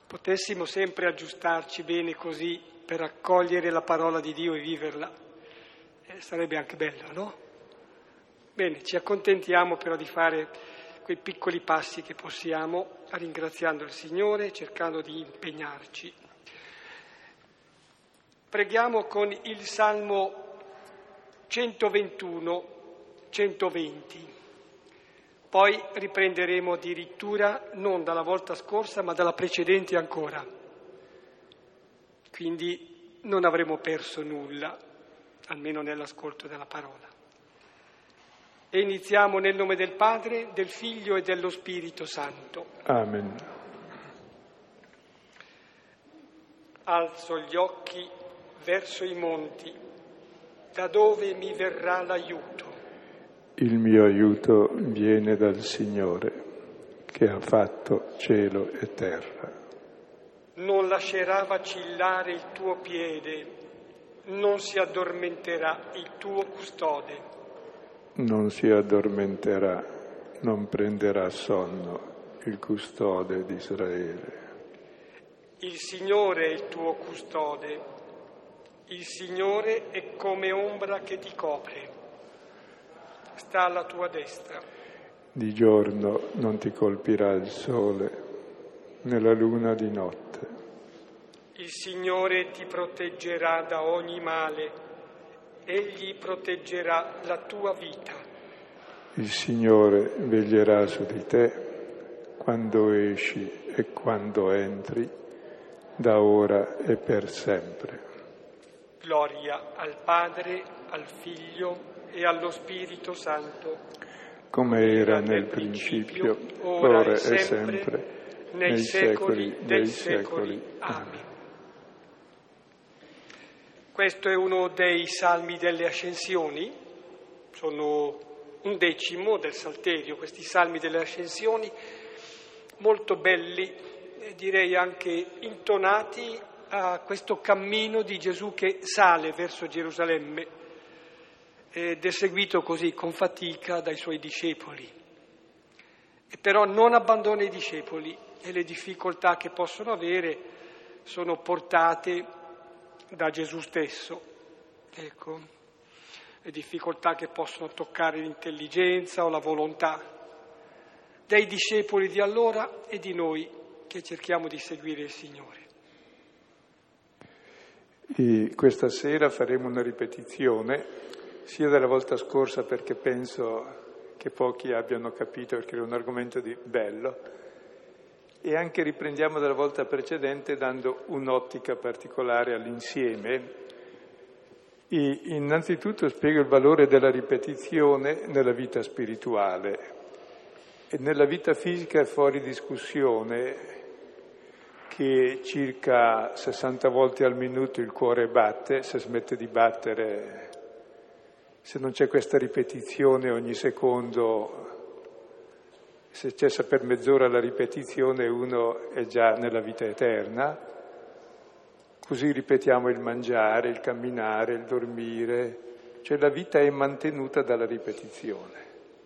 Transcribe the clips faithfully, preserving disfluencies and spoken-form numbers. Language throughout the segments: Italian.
potessimo sempre aggiustarci bene così per accogliere la parola di Dio e viverla, eh, sarebbe anche bello, no? Bene, ci accontentiamo però di fare quei piccoli passi che possiamo, ringraziando il Signore, cercando di impegnarci. Preghiamo con il Salmo centoventuno centoventi. Poi riprenderemo addirittura non dalla volta scorsa, ma dalla precedente ancora. Quindi non avremo perso nulla, almeno nell'ascolto della parola. E iniziamo nel nome del Padre, del Figlio e dello Spirito Santo. Amen. Alzo gli occhi verso i monti, da dove mi verrà l'aiuto. Il mio aiuto viene dal Signore, che ha fatto cielo e terra. Non lascerà vacillare il tuo piede, non si addormenterà il tuo custode. Non si addormenterà, non prenderà sonno il custode di Israele. Il Signore è il tuo custode, il Signore è come ombra che ti copre. Sta alla tua destra. Di giorno non ti colpirà il sole, né la luna di notte. Il Signore ti proteggerà da ogni male, Egli proteggerà la tua vita. Il Signore veglierà su di te quando esci e quando entri, da ora e per sempre. Gloria al Padre, al Figlio e allo Spirito Santo, come era nel principio, ora e sempre, nei secoli dei secoli. Amen. Questo è uno dei salmi delle Ascensioni, sono un decimo del Salterio, questi salmi delle Ascensioni, molto belli, direi anche intonati a questo cammino di Gesù che sale verso Gerusalemme ed è seguito così con fatica dai suoi discepoli. E però non abbandona i discepoli e le difficoltà che possono avere sono portate da Gesù stesso. Ecco, le difficoltà che possono toccare l'intelligenza o la volontà dei discepoli di allora e di noi che cerchiamo di seguire il Signore. E questa sera faremo una ripetizione sia della volta scorsa, perché penso che pochi abbiano capito, perché era un argomento di bello, e anche riprendiamo dalla volta precedente dando un'ottica particolare all'insieme. E innanzitutto spiego il valore della ripetizione nella vita spirituale. E nella vita fisica è fuori discussione che circa sessanta volte al minuto il cuore batte. Se smette di battere, se non c'è questa ripetizione ogni secondo, se cessa per mezz'ora la ripetizione, uno è già nella vita eterna. Così ripetiamo il mangiare, il camminare, il dormire, cioè la vita è mantenuta dalla ripetizione.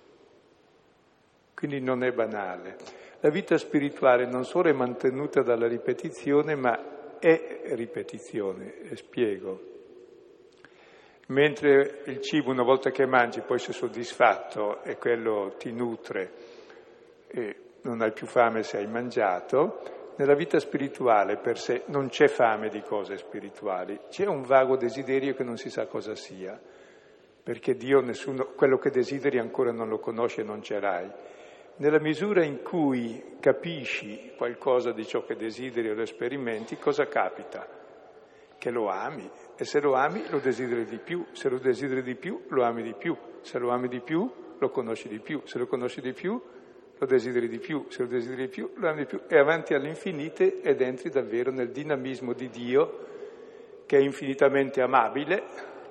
Quindi non è banale. La vita spirituale non solo è mantenuta dalla ripetizione, ma è ripetizione, e spiego. Mentre il cibo, una volta che mangi, poi sei soddisfatto e quello ti nutre e non hai più fame se hai mangiato, nella vita spirituale per sé non c'è fame di cose spirituali, c'è un vago desiderio che non si sa cosa sia, perché Dio nessuno, quello che desideri ancora non lo conosce e non ce l'hai. Nella misura in cui capisci qualcosa di ciò che desideri o lo sperimenti, cosa capita? Che lo ami, e se lo ami lo desideri di più, se lo desideri di più lo ami di più, se lo ami di più lo conosci di più, se lo conosci di più lo desideri di più, se lo desideri di più lo ami di più, e avanti all'infinite ed entri davvero nel dinamismo di Dio, che è infinitamente amabile,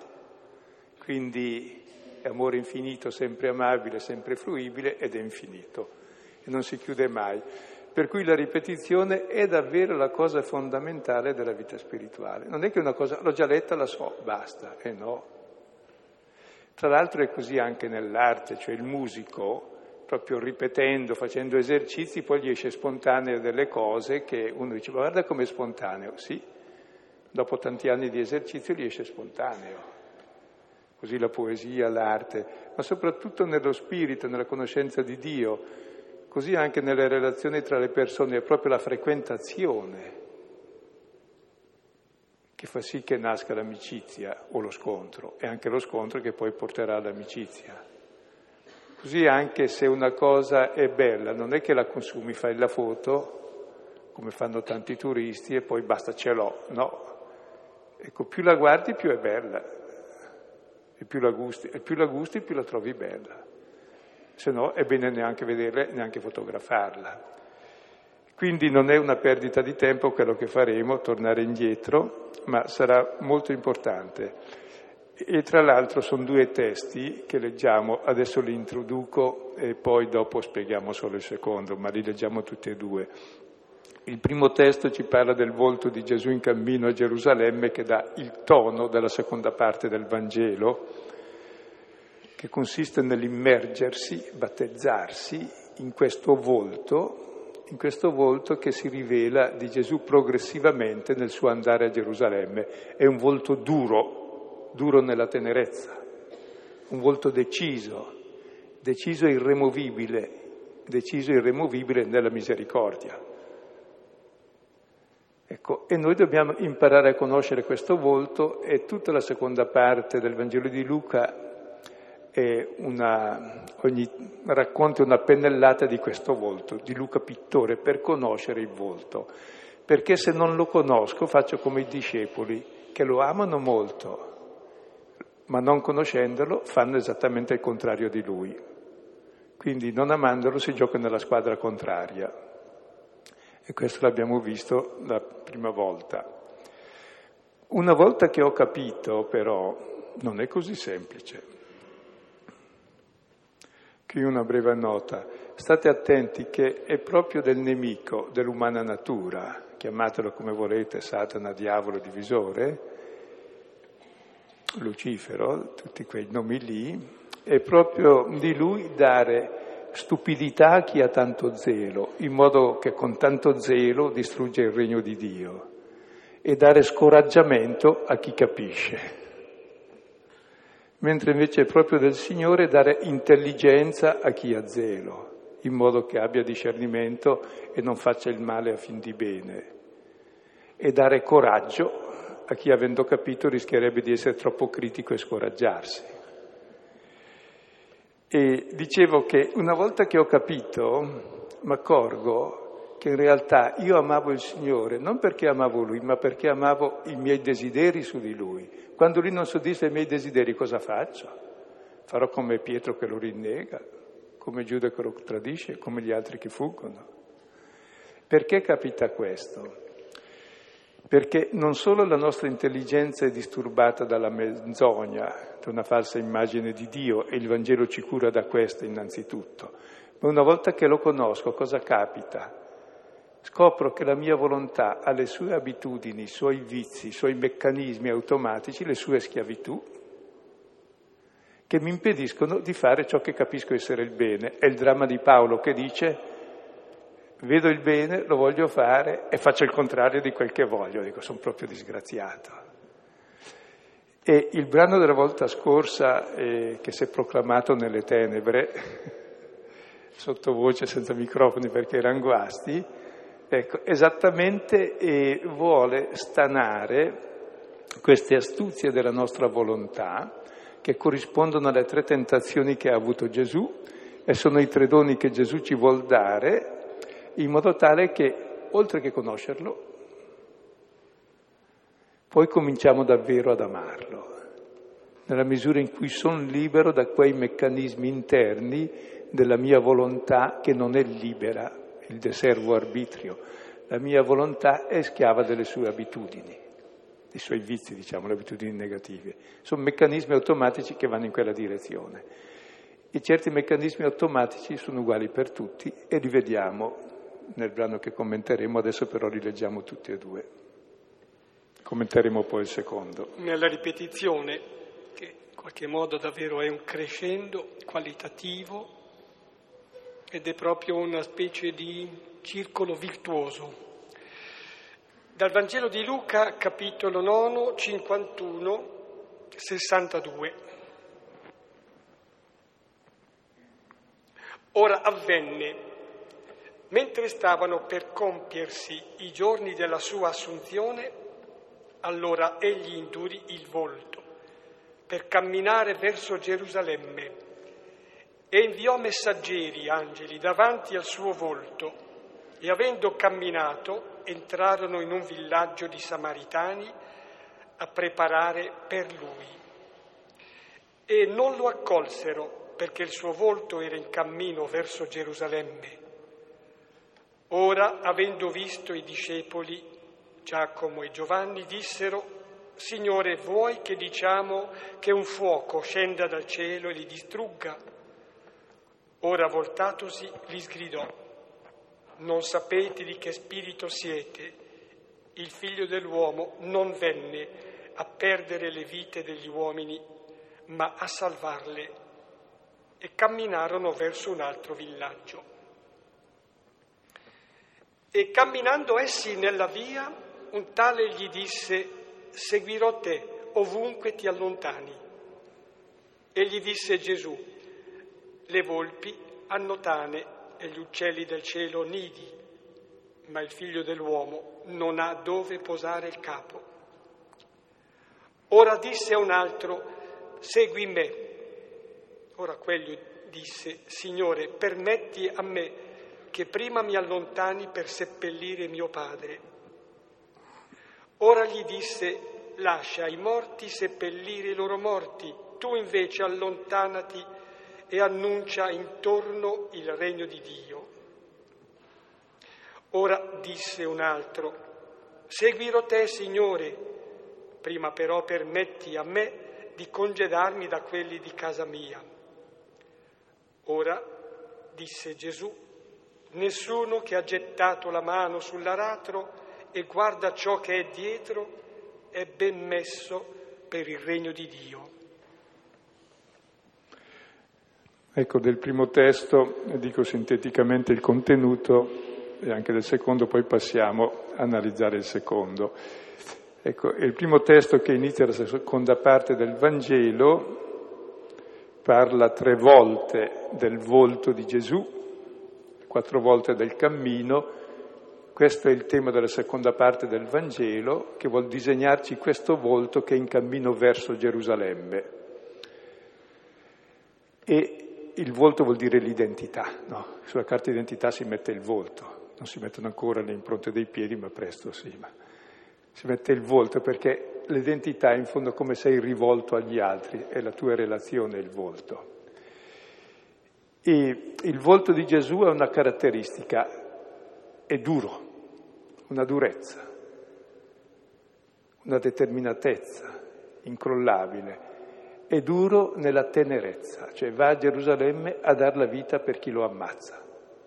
quindi è amore infinito, sempre amabile, sempre fruibile, ed è infinito e non si chiude mai. Per cui la ripetizione è davvero la cosa fondamentale della vita spirituale. Non è che una cosa, l'ho già letta, la so, basta, e eh no. Tra l'altro è così anche nell'arte, cioè il musico proprio ripetendo, facendo esercizi, poi gli esce spontaneo delle cose che uno dice, ma guarda com'è spontaneo. Sì, dopo tanti anni di esercizio gli esce spontaneo. Così la poesia, l'arte, ma soprattutto nello spirito, nella conoscenza di Dio, così anche nelle relazioni tra le persone, è proprio la frequentazione che fa sì che nasca l'amicizia o lo scontro, e anche lo scontro che poi porterà all'amicizia. Così anche se una cosa è bella, non è che la consumi, fai la foto, come fanno tanti turisti, e poi basta, ce l'ho. No. Ecco, più la guardi più è bella. E più la gusti, e più la gusti, più la trovi bella. Se no è bene neanche vederla, neanche fotografarla. Quindi non è una perdita di tempo quello che faremo, tornare indietro, ma sarà molto importante. E tra l'altro sono due testi che leggiamo, adesso li introduco e poi dopo spieghiamo solo il secondo, ma li leggiamo tutti e due. Il primo testo ci parla del volto di Gesù in cammino a Gerusalemme, che dà il tono della seconda parte del Vangelo, che consiste nell'immergersi, battezzarsi in questo volto, in questo volto che si rivela di Gesù progressivamente nel suo andare a Gerusalemme. È un volto duro, duro nella tenerezza, un volto deciso, deciso e irremovibile, deciso e irremovibile nella misericordia. Ecco, e noi dobbiamo imparare a conoscere questo volto, e tutta la seconda parte del Vangelo di Luca è una, ogni, racconta una pennellata di questo volto, di Luca pittore, per conoscere il volto. Perché se non lo conosco faccio come i discepoli, che lo amano molto, ma non conoscendolo fanno esattamente il contrario di lui. Quindi non amandolo si gioca nella squadra contraria. E questo l'abbiamo visto la prima volta. Una volta che ho capito, però, non è così semplice. Qui una breve nota. State attenti che è proprio del nemico dell'umana natura, chiamatelo come volete, Satana, diavolo, divisore, Lucifero, tutti quei nomi lì, è proprio di lui dare stupidità a chi ha tanto zelo, in modo che con tanto zelo distrugge il regno di Dio, e dare scoraggiamento a chi capisce. Mentre invece è proprio del Signore dare intelligenza a chi ha zelo, in modo che abbia discernimento e non faccia il male a fin di bene, e dare coraggio a chi, avendo capito, rischierebbe di essere troppo critico e scoraggiarsi. E dicevo che una volta che ho capito, mi accorgo che in realtà io amavo il Signore non perché amavo Lui, ma perché amavo i miei desideri su di Lui. Quando Lui non soddisfa i miei desideri, cosa faccio? Farò come Pietro che lo rinnega, come Giuda che lo tradisce, come gli altri che fuggono. Perché capita questo? Perché non solo la nostra intelligenza è disturbata dalla menzogna, da una falsa immagine di Dio, e il Vangelo ci cura da questo innanzitutto, ma una volta che lo conosco, cosa capita? Scopro che la mia volontà ha le sue abitudini, i suoi vizi, i suoi meccanismi automatici, le sue schiavitù, che mi impediscono di fare ciò che capisco essere il bene. È il dramma di Paolo che dice: vedo il bene, lo voglio fare e faccio il contrario di quel che voglio. Dico, sono proprio disgraziato. E il brano della volta scorsa, eh, che si è proclamato nelle tenebre, sottovoce, senza microfoni perché erano guasti, ecco, esattamente eh, vuole stanare queste astuzie della nostra volontà, che corrispondono alle tre tentazioni che ha avuto Gesù, e sono i tre doni che Gesù ci vuol dare, in modo tale che, oltre che conoscerlo, poi cominciamo davvero ad amarlo, nella misura in cui sono libero da quei meccanismi interni della mia volontà che non è libera, il de servo arbitrio. La mia volontà è schiava delle sue abitudini, dei suoi vizi, diciamo, le abitudini negative. Sono meccanismi automatici che vanno in quella direzione. E certi meccanismi automatici sono uguali per tutti e li vediamo nel brano che commenteremo, adesso però li leggiamo tutti e due. Commenteremo poi il secondo. Nella ripetizione, che in qualche modo davvero è un crescendo qualitativo, ed è proprio una specie di circolo virtuoso. Dal Vangelo di Luca, capitolo nove, cinquantuno, sessantadue. Ora avvenne, mentre stavano per compiersi i giorni della sua assunzione, allora egli indurì il volto per camminare verso Gerusalemme e inviò messaggeri, angeli, davanti al suo volto, e avendo camminato entrarono in un villaggio di Samaritani a preparare per lui. E non lo accolsero perché il suo volto era in cammino verso Gerusalemme. Ora, avendo visto i discepoli, Giacomo e Giovanni, dissero: Signore, vuoi che diciamo che un fuoco scenda dal cielo e li distrugga? Ora, voltatosi, li sgridò: non sapete di che spirito siete? Il Figlio dell'uomo non venne a perdere le vite degli uomini, ma a salvarle. E camminarono verso un altro villaggio. E camminando essi nella via, un tale gli disse: seguirò te ovunque ti allontani. E gli disse Gesù: le volpi hanno tane e gli uccelli del cielo nidi, ma il Figlio dell'uomo non ha dove posare il capo. Ora disse a un altro: segui me. Ora quello disse: Signore, permetti a me che prima mi allontani per seppellire mio padre. Ora gli disse: lascia i morti seppellire i loro morti, tu invece allontanati e annuncia intorno il regno di Dio. Ora disse un altro: seguirò te, Signore, prima però permetti a me di congedarmi da quelli di casa mia. Ora disse Gesù: nessuno che ha gettato la mano sull'aratro e guarda ciò che è dietro è ben messo per il regno di Dio. Ecco, del primo testo dico sinteticamente il contenuto e anche del secondo, poi passiamo a analizzare il secondo. Ecco, il primo testo che inizia la seconda parte del Vangelo parla tre volte del volto di Gesù, quattro volte del cammino. Questo è il tema della seconda parte del Vangelo, che vuol disegnarci questo volto che è in cammino verso Gerusalemme. E il volto vuol dire l'identità, no? Sulla carta d'identità si mette il volto, non si mettono ancora le impronte dei piedi, ma presto sì, ma si mette il volto perché l'identità è in fondo come sei rivolto agli altri, è la tua relazione il volto. E il volto di Gesù è una caratteristica, è duro, una durezza, una determinatezza incrollabile. È duro nella tenerezza, cioè va a Gerusalemme a dar la vita per chi lo ammazza.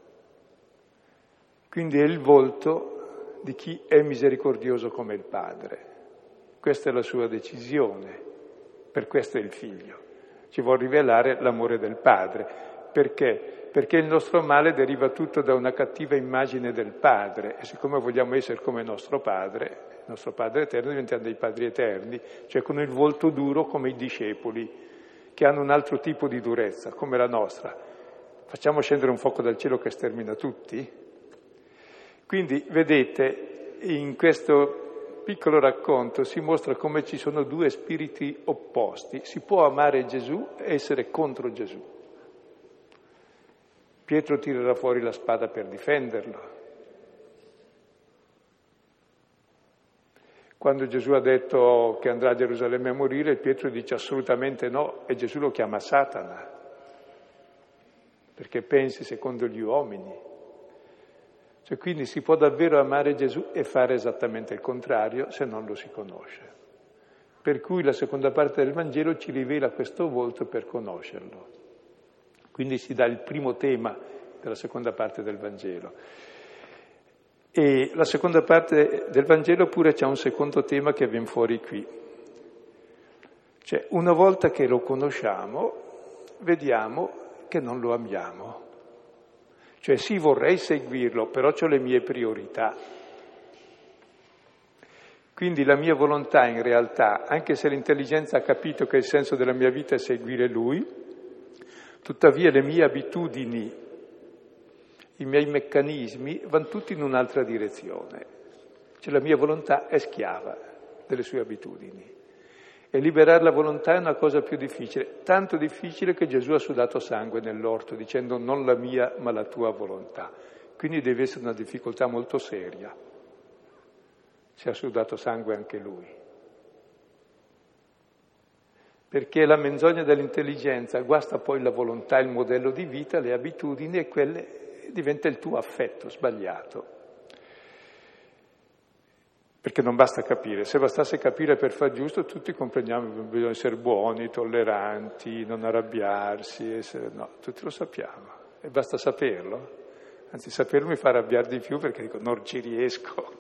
Quindi è il volto di chi è misericordioso come il Padre. Questa è la sua decisione, per questo è il Figlio. Ci vuol rivelare l'amore del Padre. Perché? Perché il nostro male deriva tutto da una cattiva immagine del Padre, e siccome vogliamo essere come il nostro Padre, il nostro Padre eterno, diventiamo dei Padri eterni, cioè con il volto duro come i discepoli, che hanno un altro tipo di durezza, come la nostra. Facciamo scendere un fuoco dal cielo che stermina tutti? Quindi, vedete, in questo piccolo racconto si mostra come ci sono due spiriti opposti. Si può amare Gesù e essere contro Gesù. Pietro tirerà fuori la spada per difenderlo. Quando Gesù ha detto che andrà a Gerusalemme a morire, Pietro dice assolutamente no, e Gesù lo chiama Satana, perché pensi secondo gli uomini. Cioè, quindi si può davvero amare Gesù e fare esattamente il contrario se non lo si conosce. Per cui la seconda parte del Vangelo ci rivela questo volto per conoscerlo. Quindi si dà il primo tema della seconda parte del Vangelo. E la seconda parte del Vangelo pure c'è un secondo tema che viene fuori qui. Cioè, una volta che lo conosciamo, vediamo che non lo amiamo. Cioè sì, vorrei seguirlo, però ho le mie priorità. Quindi la mia volontà in realtà, anche se l'intelligenza ha capito che il senso della mia vita è seguire lui, tuttavia le mie abitudini, i miei meccanismi vanno tutti in un'altra direzione. Cioè la mia volontà è schiava delle sue abitudini. E liberare la volontà è una cosa più difficile, tanto difficile che Gesù ha sudato sangue nell'orto, dicendo non la mia ma la tua volontà. Quindi deve essere una difficoltà molto seria. Ci ha sudato sangue anche lui. Perché la menzogna dell'intelligenza guasta poi la volontà, il modello di vita, le abitudini, e quelle diventa il tuo affetto sbagliato. Perché non basta capire, se bastasse capire per far giusto tutti comprendiamo che bisogna essere buoni, tolleranti, non arrabbiarsi, essere... no, tutti lo sappiamo, e basta saperlo, anzi saperlo mi fa arrabbiare di più perché dico non ci riesco.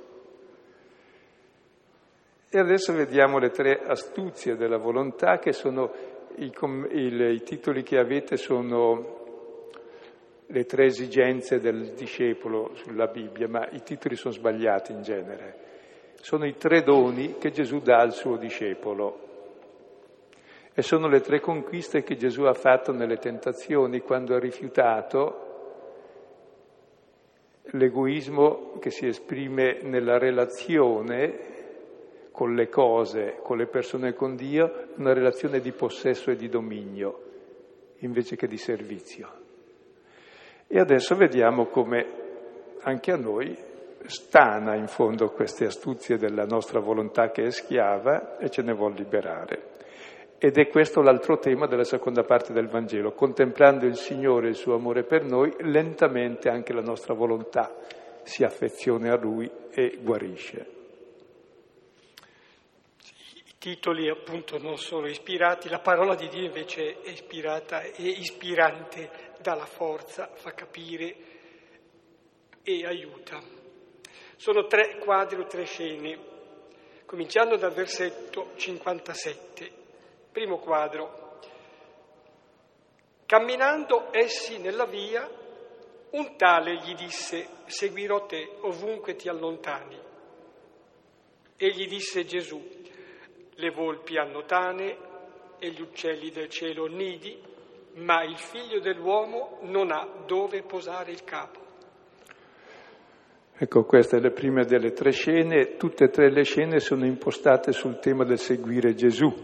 E adesso vediamo le tre astuzie della volontà, che sono i, il, i titoli che avete sono le tre esigenze del discepolo sulla Bibbia, ma i titoli sono sbagliati in genere. Sono i tre doni che Gesù dà al suo discepolo e sono le tre conquiste che Gesù ha fatto nelle tentazioni quando ha rifiutato l'egoismo che si esprime nella relazione con le cose, con le persone e con Dio, una relazione di possesso e di dominio invece che di servizio. E adesso vediamo come anche a noi stana in fondo queste astuzie della nostra volontà che è schiava e ce ne vuol liberare. Ed è questo l'altro tema della seconda parte del Vangelo. Contemplando il Signore e il suo amore per noi, lentamente anche la nostra volontà si affeziona a Lui e guarisce. I titoli appunto non sono ispirati, la parola di Dio invece è ispirata e ispirante, dà la forza, fa capire e aiuta. Sono tre quadri o tre scene, cominciando dal versetto cinquantasette. Primo quadro. Camminando essi nella via, un tale gli disse: seguirò te ovunque ti allontani. Egli disse Gesù: le volpi hanno tane e gli uccelli del cielo nidi, ma il figlio dell'uomo non ha dove posare il capo. Ecco, queste le prime delle tre scene, tutte e tre le scene sono impostate sul tema del seguire Gesù.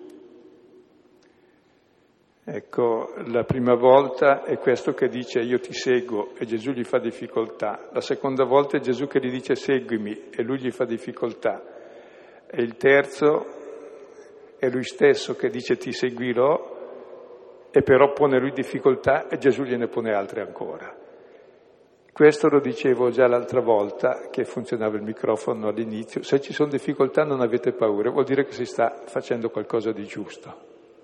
Ecco, la prima volta è questo che dice io ti seguo e Gesù gli fa difficoltà. La seconda volta è Gesù che gli dice seguimi e lui gli fa difficoltà. E il terzo è lui stesso che dice ti seguirò e però pone lui difficoltà e Gesù gliene pone altre ancora. Questo lo dicevo già l'altra volta che funzionava il microfono all'inizio. Se ci sono difficoltà non avete paura, vuol dire che si sta facendo qualcosa di giusto.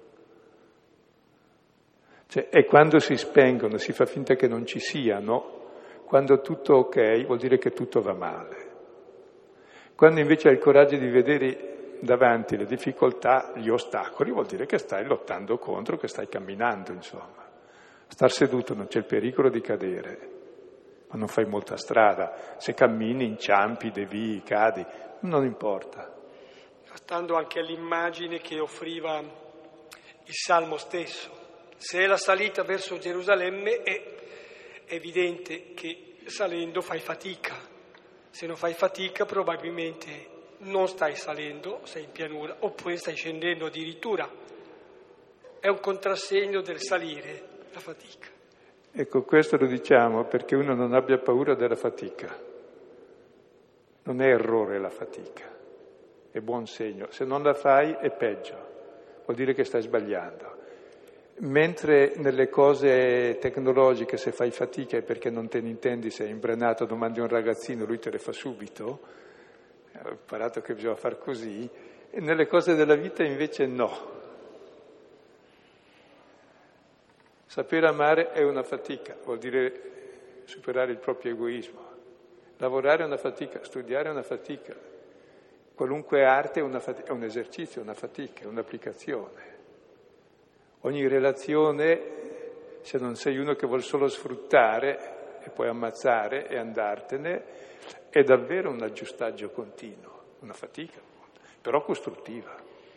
Cioè, e quando si spengono, si fa finta che non ci siano, quando è tutto ok, vuol dire che tutto va male. Quando invece hai il coraggio di vedere davanti le difficoltà, gli ostacoli, vuol dire che stai lottando contro, che stai camminando, insomma. Star seduto non c'è il pericolo di cadere. Ma non fai molta strada, se cammini, inciampi, devii, cadi, non importa. Stando anche all'immagine che offriva il Salmo stesso, se è la salita verso Gerusalemme è evidente che salendo fai fatica, se non fai fatica probabilmente non stai salendo, sei in pianura, oppure stai scendendo addirittura. È un contrassegno del salire, la fatica. Ecco, questo lo diciamo perché uno non abbia paura della fatica. Non è errore la fatica, è buon segno. Se non la fai è peggio, vuol dire che stai sbagliando. Mentre nelle cose tecnologiche se fai fatica è perché non te ne intendi, sei imbranato, domandi a un ragazzino, lui te le fa subito, ho imparato che bisogna far così, e nelle cose della vita invece no. Sapere amare è una fatica, vuol dire superare il proprio egoismo. Lavorare è una fatica, studiare è una fatica. Qualunque arte è, una fatica, è un esercizio, è una fatica, è un'applicazione. Ogni relazione, se non sei uno che vuol solo sfruttare, e poi ammazzare e andartene, è davvero un aggiustaggio continuo, una fatica, però costruttiva.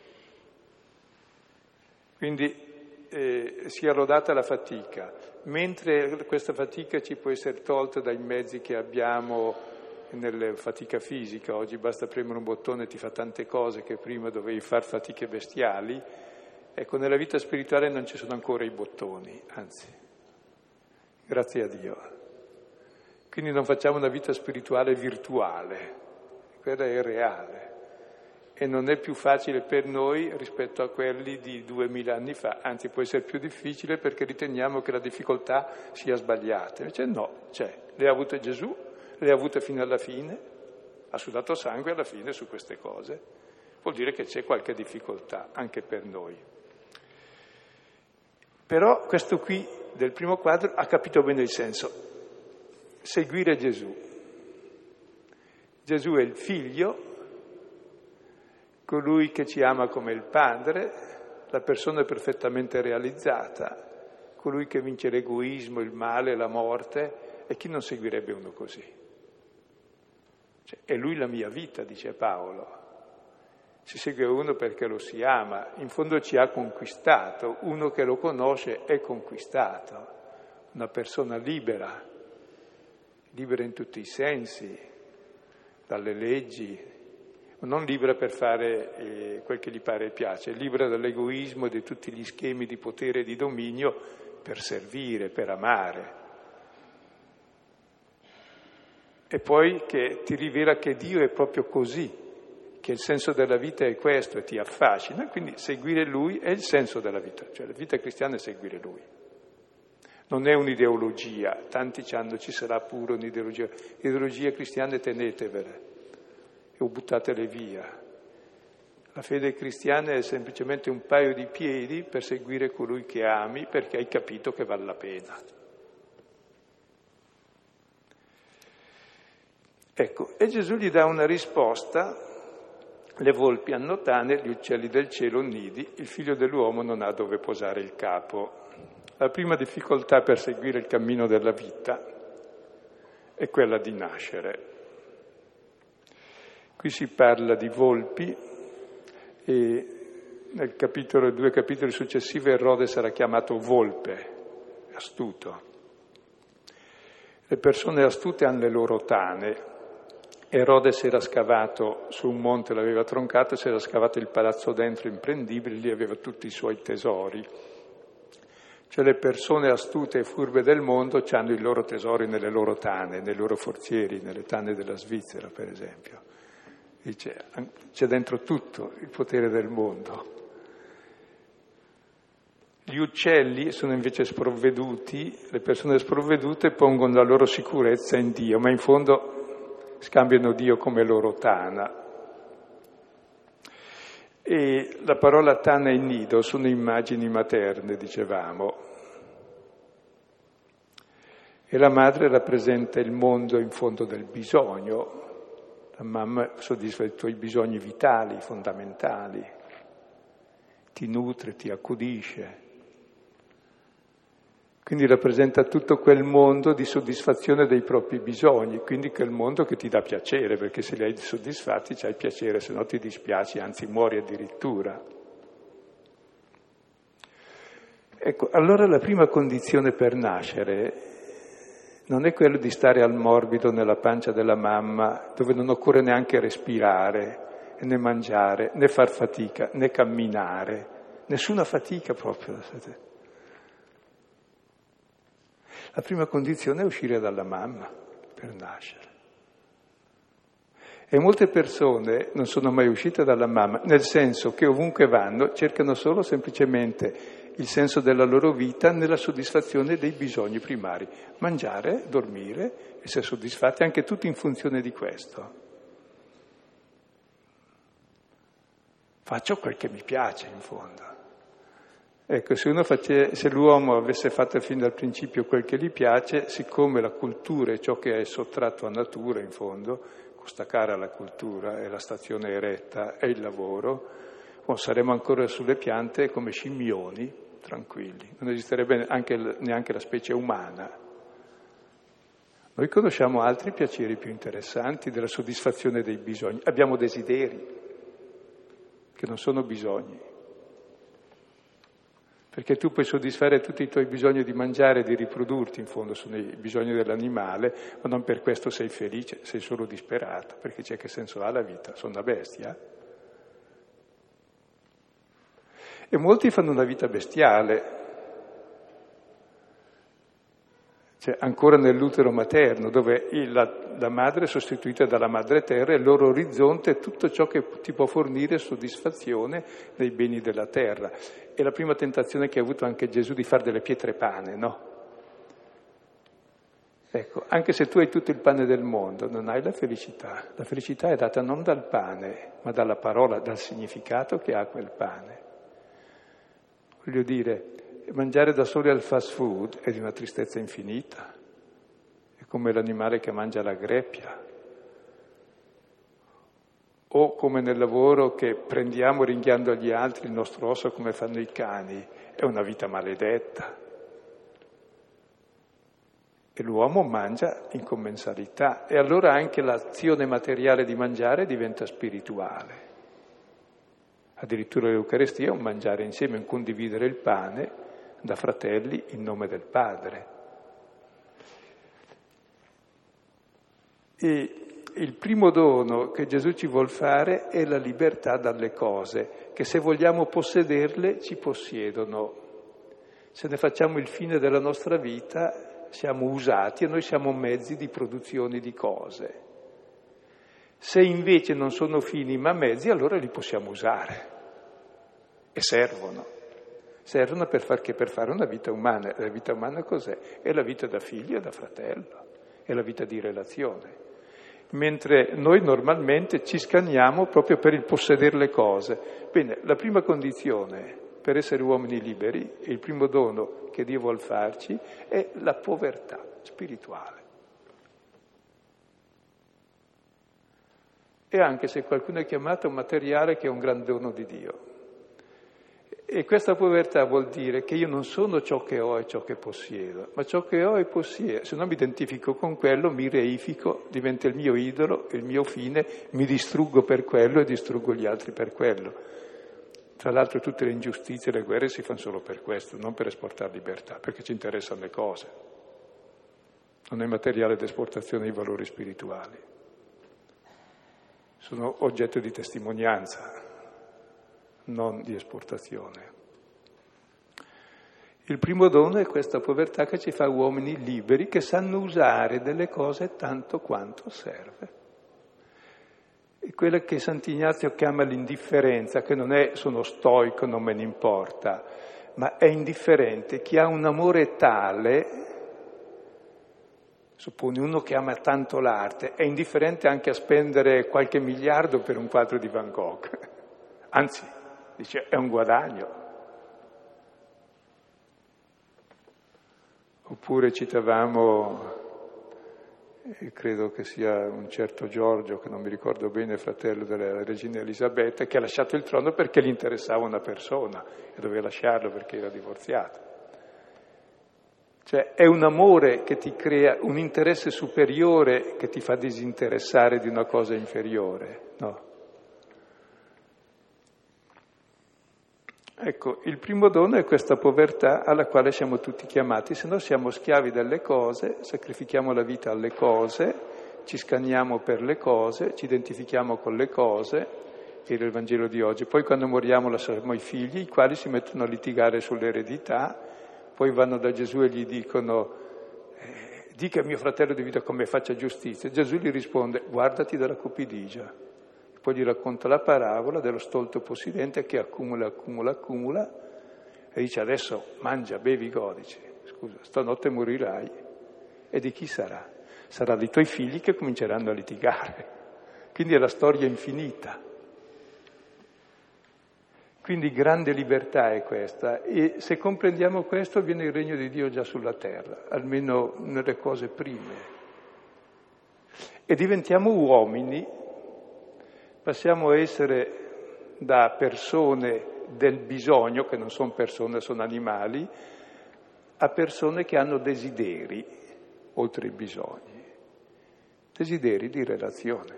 Quindi eh, sia lodata la fatica, mentre questa fatica ci può essere tolta dai mezzi che abbiamo nella fatica fisica. Oggi basta premere un bottone e ti fa tante cose che prima dovevi far fatiche bestiali. Ecco, nella vita spirituale non ci sono ancora i bottoni, anzi, grazie a Dio. Quindi non facciamo una vita spirituale virtuale, quella è reale. E non è più facile per noi rispetto a quelli di duemila anni fa, anzi può essere più difficile perché riteniamo che la difficoltà sia sbagliata. Invece no, c'è, le ha avute Gesù, le ha avute fino alla fine, ha sudato sangue alla fine su queste cose. Vuol dire che c'è qualche difficoltà anche per noi. Però questo qui del primo quadro ha capito bene il senso. Seguire Gesù. Gesù è il figlio, colui che ci ama come il Padre, la persona perfettamente realizzata, colui che vince l'egoismo, il male, la morte, e chi non seguirebbe uno così? Cioè, è lui la mia vita, dice Paolo. Si segue uno perché lo si ama, in fondo ci ha conquistato, uno che lo conosce è conquistato, una persona libera, libera in tutti i sensi, dalle leggi, non libera per fare eh, quel che gli pare e piace, libera dall'egoismo e di tutti gli schemi di potere e di dominio per servire, per amare. E poi che ti rivela che Dio è proprio così, che il senso della vita è questo e ti affascina, quindi seguire Lui è il senso della vita, cioè la vita cristiana è seguire Lui. Non è un'ideologia, tanti ci hanno, ci sarà pure un'ideologia, ideologie cristiane tenetevele o buttatele via. La fede cristiana è semplicemente un paio di piedi per seguire colui che ami, perché hai capito che vale la pena. Ecco, e Gesù gli dà una risposta: le volpi hanno tane, gli uccelli del cielo nidi, il figlio dell'uomo non ha dove posare il capo. La prima difficoltà per seguire il cammino della vita è quella di nascere. Qui si parla di volpi e nel capitolo, due capitoli successivi Erode sarà chiamato volpe, astuto. Le persone astute hanno le loro tane. Erode si era scavato su un monte, l'aveva troncato, si era scavato il palazzo dentro imprendibile, lì aveva tutti i suoi tesori. Cioè le persone astute e furbe del mondo hanno i loro tesori nelle loro tane, nei loro forzieri, nelle tane della Svizzera, per esempio. Dice, c'è dentro tutto il potere del mondo. Gli uccelli sono invece sprovveduti, le persone sprovvedute pongono la loro sicurezza in Dio, ma in fondo scambiano Dio come loro tana. E la parola tana e nido sono immagini materne, dicevamo. E la madre rappresenta il mondo in fondo del bisogno. La mamma soddisfa i tuoi bisogni vitali, fondamentali, ti nutre, ti accudisce. Quindi rappresenta tutto quel mondo di soddisfazione dei propri bisogni, quindi quel mondo che ti dà piacere, perché se li hai soddisfatti c'hai piacere, se no ti dispiaci, anzi muori addirittura. Ecco, allora la prima condizione per nascere non è quello di stare al morbido nella pancia della mamma, dove non occorre neanche respirare, né mangiare, né far fatica, né camminare. Nessuna fatica proprio. La prima condizione è uscire dalla mamma per nascere. E molte persone non sono mai uscite dalla mamma, nel senso che ovunque vanno cercano solo semplicemente il senso della loro vita nella soddisfazione dei bisogni primari. Mangiare, dormire, essere soddisfatti, anche tutti in funzione di questo. Faccio quel che mi piace, in fondo. Ecco, se, uno face, se l'uomo avesse fatto fin dal principio quel che gli piace, siccome la cultura è ciò che è sottratto a natura, in fondo, costa cara la cultura, è la stazione eretta, è il lavoro, o saremo ancora sulle piante come scimmioni, tranquilli. Non esisterebbe anche, neanche la specie umana. Noi conosciamo altri piaceri più interessanti della soddisfazione dei bisogni. Abbiamo desideri, che non sono bisogni. Perché tu puoi soddisfare tutti i tuoi bisogni di mangiare e di riprodurti, in fondo sono i bisogni dell'animale, ma non per questo sei felice, sei solo disperato, perché c'è che senso ha la vita? Sono una bestia? E molti fanno una vita bestiale, cioè ancora nell'utero materno, dove la, la madre è sostituita dalla madre terra e il loro orizzonte è tutto ciò che ti può fornire soddisfazione dei beni della terra. È la prima tentazione che ha avuto anche Gesù di fare delle pietre pane, no? Ecco, anche se tu hai tutto il pane del mondo, non hai la felicità. La felicità è data non dal pane, ma dalla parola, dal significato che ha quel pane. Voglio dire, mangiare da soli al fast food è di una tristezza infinita. È come l'animale che mangia la greppia. O come nel lavoro che prendiamo ringhiando agli altri il nostro osso come fanno i cani. È una vita maledetta. E l'uomo mangia in commensalità. E allora anche l'azione materiale di mangiare diventa spirituale. Addirittura l'Eucaristia è un mangiare insieme, un condividere il pane da fratelli in nome del Padre. E il primo dono che Gesù ci vuol fare è la libertà dalle cose, che se vogliamo possederle ci possiedono. Se ne facciamo il fine della nostra vita, siamo usati e noi siamo mezzi di produzione di cose. Se invece non sono fini ma mezzi, allora li possiamo usare. E servono. Servono per far che per fare una vita umana. La vita umana cos'è? È la vita da figlio e da fratello, è la vita di relazione. Mentre noi normalmente ci scanniamo proprio per il possedere le cose. Bene, la prima condizione per essere uomini liberi, il primo dono che Dio vuol farci, è la povertà spirituale. E anche se qualcuno è chiamato materiale, che è un gran dono di Dio. E questa povertà vuol dire che io non sono ciò che ho e ciò che possiedo, ma ciò che ho e possiedo. Se non mi identifico con quello, mi reifico, diventa il mio idolo, il mio fine, mi distruggo per quello e distruggo gli altri per quello. Tra l'altro tutte le ingiustizie e le guerre si fanno solo per questo, non per esportare libertà, perché ci interessano le cose. Non è materiale d'esportazione i valori spirituali. Sono oggetto di testimonianza, non di esportazione. Il primo dono è questa povertà che ci fa uomini liberi che sanno usare delle cose tanto quanto serve. È quella che Sant'Ignazio chiama l'indifferenza, che non è sono stoico, non me ne importa, ma è indifferente chi ha un amore tale, supponi uno che ama tanto l'arte, è indifferente anche a spendere qualche miliardo per un quadro di Van Gogh, anzi, dice, è un guadagno. Oppure citavamo, e credo che sia un certo Giorgio, che non mi ricordo bene, fratello della regina Elisabetta, che ha lasciato il trono perché gli interessava una persona e doveva lasciarlo perché era divorziato. Cioè è un amore che ti crea un interesse superiore che ti fa disinteressare di una cosa inferiore, no? Ecco, il primo dono è questa povertà alla quale siamo tutti chiamati, se no siamo schiavi delle cose, sacrifichiamo la vita alle cose, ci scanniamo per le cose, ci identifichiamo con le cose, che era il Vangelo di oggi. Poi quando moriamo lasciamo i figli, i quali si mettono a litigare sull'eredità, poi vanno da Gesù e gli dicono eh, dica a mio fratello di vita come faccia giustizia. Gesù gli risponde guardati dalla cupidigia. Poi gli racconta la parabola dello stolto possidente che accumula, accumula, accumula e dice adesso mangia, bevi, godici. Scusa, stanotte morirai. E di chi sarà? Sarà dei tuoi figli che cominceranno a litigare. Quindi è la storia infinita. Quindi grande libertà è questa. E se comprendiamo questo viene il regno di Dio già sulla terra, almeno nelle cose prime. E diventiamo uomini. Passiamo a essere da persone del bisogno, che non sono persone, sono animali, a persone che hanno desideri oltre i bisogni. desideri di relazione.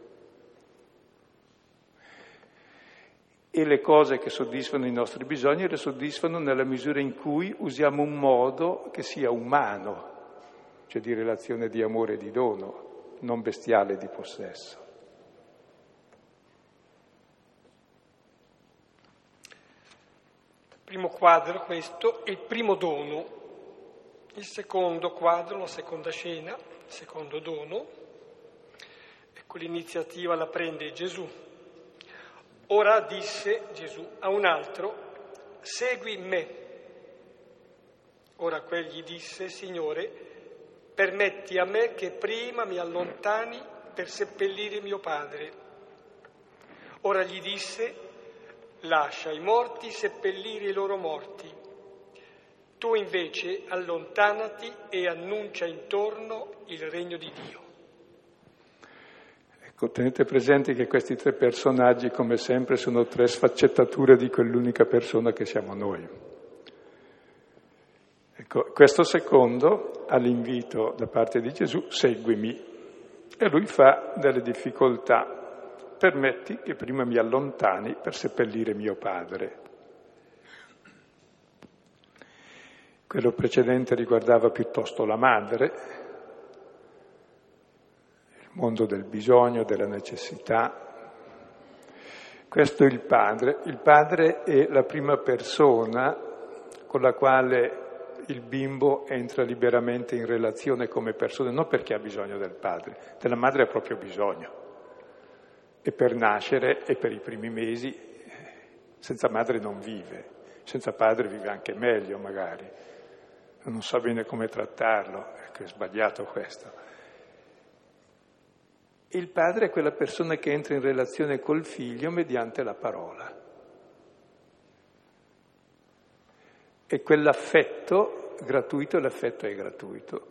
E le cose che soddisfano i nostri bisogni le soddisfano nella misura in cui usiamo un modo che sia umano, cioè di relazione di amore e di dono, non bestiale di possesso. Il primo quadro, questo, è il primo dono. Il secondo quadro, la seconda scena, il secondo dono, ecco l'iniziativa la prende Gesù. Ora disse Gesù a un altro, segui me. Ora quegli disse, Signore, permetti a me che prima mi allontani per seppellire mio padre. Ora gli disse, lascia i morti seppellire i loro morti. Tu invece allontanati e annuncia intorno il regno di Dio. Ecco, tenete presente che questi tre personaggi, come sempre, sono tre sfaccettature di quell'unica persona che siamo noi. Ecco, questo secondo ha l'invito da parte di Gesù, seguimi, e lui fa delle difficoltà. Permetti che prima mi allontani per seppellire mio padre. Quello precedente riguardava piuttosto la madre, il mondo del bisogno, della necessità. Questo è il padre. Il padre è la prima persona con la quale il bimbo entra liberamente in relazione come persona, non perché ha bisogno del padre, della madre ha proprio bisogno. E per nascere e per i primi mesi senza madre non vive, senza padre vive anche meglio magari, non so bene come trattarlo, ecco, è sbagliato questo. Il padre è quella persona che entra in relazione col figlio mediante la parola. E quell'affetto gratuito, l'affetto è gratuito,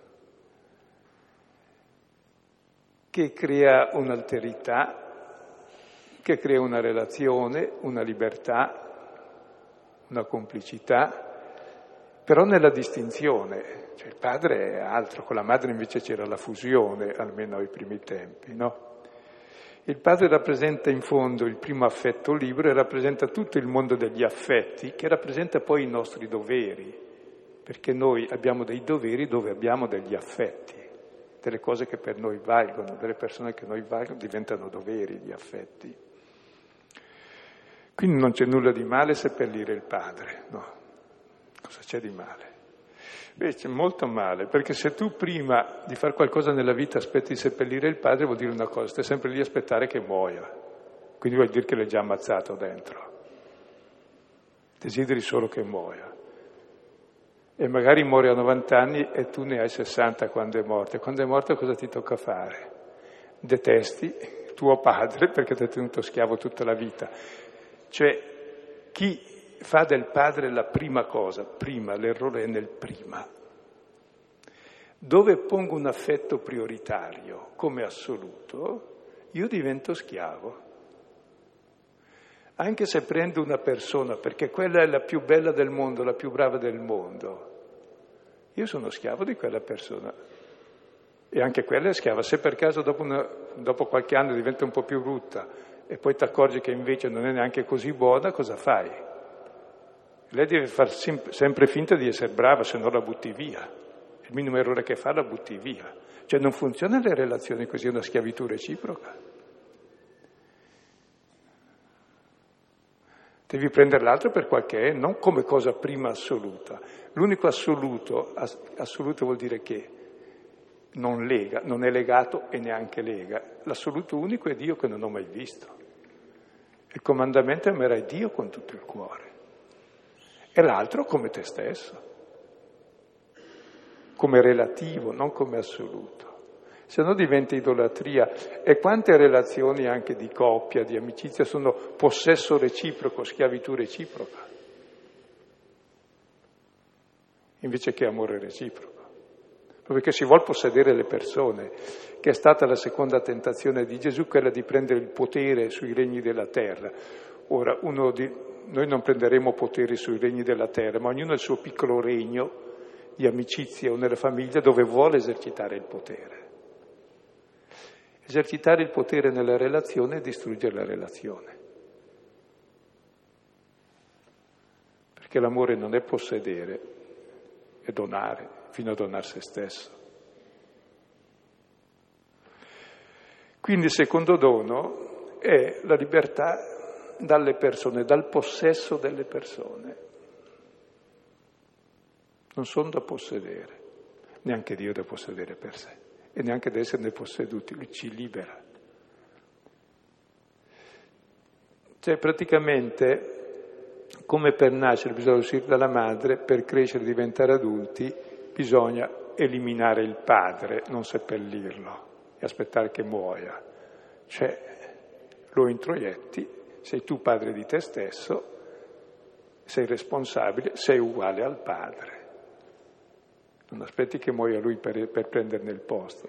che crea un'alterità, che crea una relazione, una libertà, una complicità, però nella distinzione. Cioè il padre è altro, con la madre invece c'era la fusione, almeno ai primi tempi, no? Il padre rappresenta in fondo il primo affetto libero e rappresenta tutto il mondo degli affetti, che rappresenta poi i nostri doveri, perché noi abbiamo dei doveri dove abbiamo degli affetti, delle cose che per noi valgono, delle persone che noi valgono, diventano doveri, gli affetti. Quindi non c'è nulla di male seppellire il padre, no? Cosa c'è di male? Beh, c'è molto male, perché se tu prima di fare qualcosa nella vita aspetti di seppellire il padre, vuol dire una cosa, stai sempre lì a aspettare che muoia. Quindi vuol dire che l'hai già ammazzato dentro. Desideri solo che muoia. E magari muore a novanta anni e tu ne hai sessanta quando è morto. E quando è morto cosa ti tocca fare? Detesti tuo padre perché ti ha tenuto schiavo tutta la vita. Cioè, chi fa del padre la prima cosa, prima, l'errore è nel prima. Dove pongo un affetto prioritario come assoluto, io divento schiavo. Anche se prendo una persona, perché quella è la più bella del mondo, la più brava del mondo, io sono schiavo di quella persona. E anche quella è schiava. Se per caso dopo, una, dopo qualche anno diventa un po' più brutta e poi ti accorgi che invece non è neanche così buona, cosa fai? Lei deve far sem- sempre finta di essere brava, se no la butti via. Il minimo errore che fa la butti via. Cioè non funzionano le relazioni così, è una schiavitù reciproca. Devi prendere l'altro per quel che è, non come cosa prima assoluta. L'unico assoluto, ass- assoluto vuol dire che non lega, non è legato e neanche lega. L'assoluto unico è Dio che non ho mai visto. Il comandamento è amerai Dio con tutto il cuore. E l'altro come te stesso, come relativo, non come assoluto. Se no diventa idolatria. E quante relazioni anche di coppia, di amicizia, sono possesso reciproco, schiavitù reciproca, invece che amore reciproco. Perché si vuol possedere le persone, che è stata la seconda tentazione di Gesù, quella di prendere il potere sui regni della terra. Ora, uno di noi non prenderemo potere sui regni della terra, ma ognuno ha il suo piccolo regno di amicizia o nella famiglia dove vuole esercitare il potere. Esercitare il potere nella relazione e distruggere la relazione. Perché l'amore non è possedere, è donare, fino a donar se stesso. Quindi il secondo dono è la libertà dalle persone, dal possesso delle persone. Non sono da possedere, neanche Dio da possedere per sé, e neanche da esserne posseduti, Lui ci libera. Cioè praticamente, come per nascere bisogna uscire dalla madre, per crescere e diventare adulti bisogna eliminare il padre, non seppellirlo e aspettare che muoia. Cioè lo introietti, sei tu padre di te stesso, sei responsabile, sei uguale al padre. Non aspetti che muoia lui per, per prenderne il posto.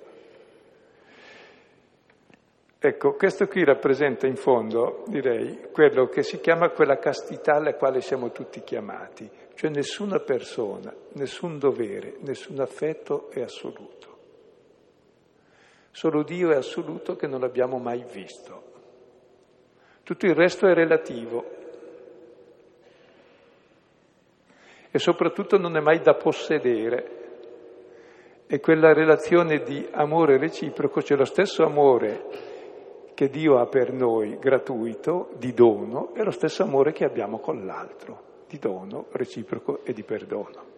Ecco, questo qui rappresenta in fondo, direi, quello che si chiama quella castità alla quale siamo tutti chiamati. Cioè nessuna persona, nessun dovere, nessun affetto è assoluto. Solo Dio è assoluto che non l'abbiamo mai visto. Tutto il resto è relativo. E soprattutto non è mai da possedere. È quella relazione di amore reciproco, cioè lo stesso amore che Dio ha per noi, gratuito, di dono, è lo stesso amore che abbiamo con l'altro, di dono, reciproco e di perdono.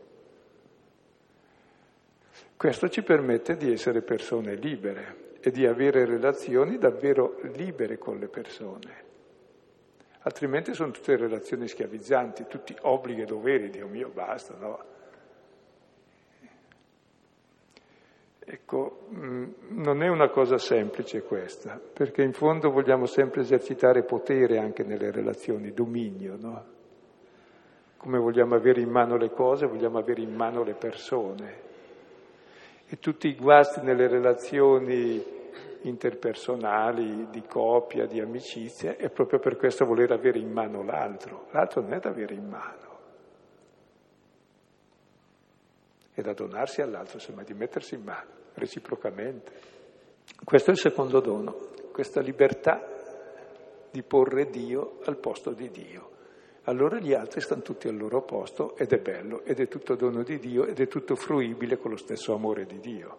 Questo ci permette di essere persone libere e di avere relazioni davvero libere con le persone. Altrimenti sono tutte relazioni schiavizzanti, tutti obblighi e doveri, Dio mio, basta, no? Ecco, non è una cosa semplice questa, perché in fondo vogliamo sempre esercitare potere anche nelle relazioni, dominio, no? Come vogliamo avere in mano le cose, vogliamo avere in mano le persone. E tutti i guasti nelle relazioni interpersonali, di coppia, di amicizia, è proprio per questo voler avere in mano l'altro. L'altro non è da avere in mano, è da donarsi all'altro, semmai di mettersi in mano, reciprocamente. Questo è il secondo dono, questa libertà di porre Dio al posto di Dio. Allora gli altri stanno tutti al loro posto ed è bello, ed è tutto dono di Dio ed è tutto fruibile con lo stesso amore di Dio.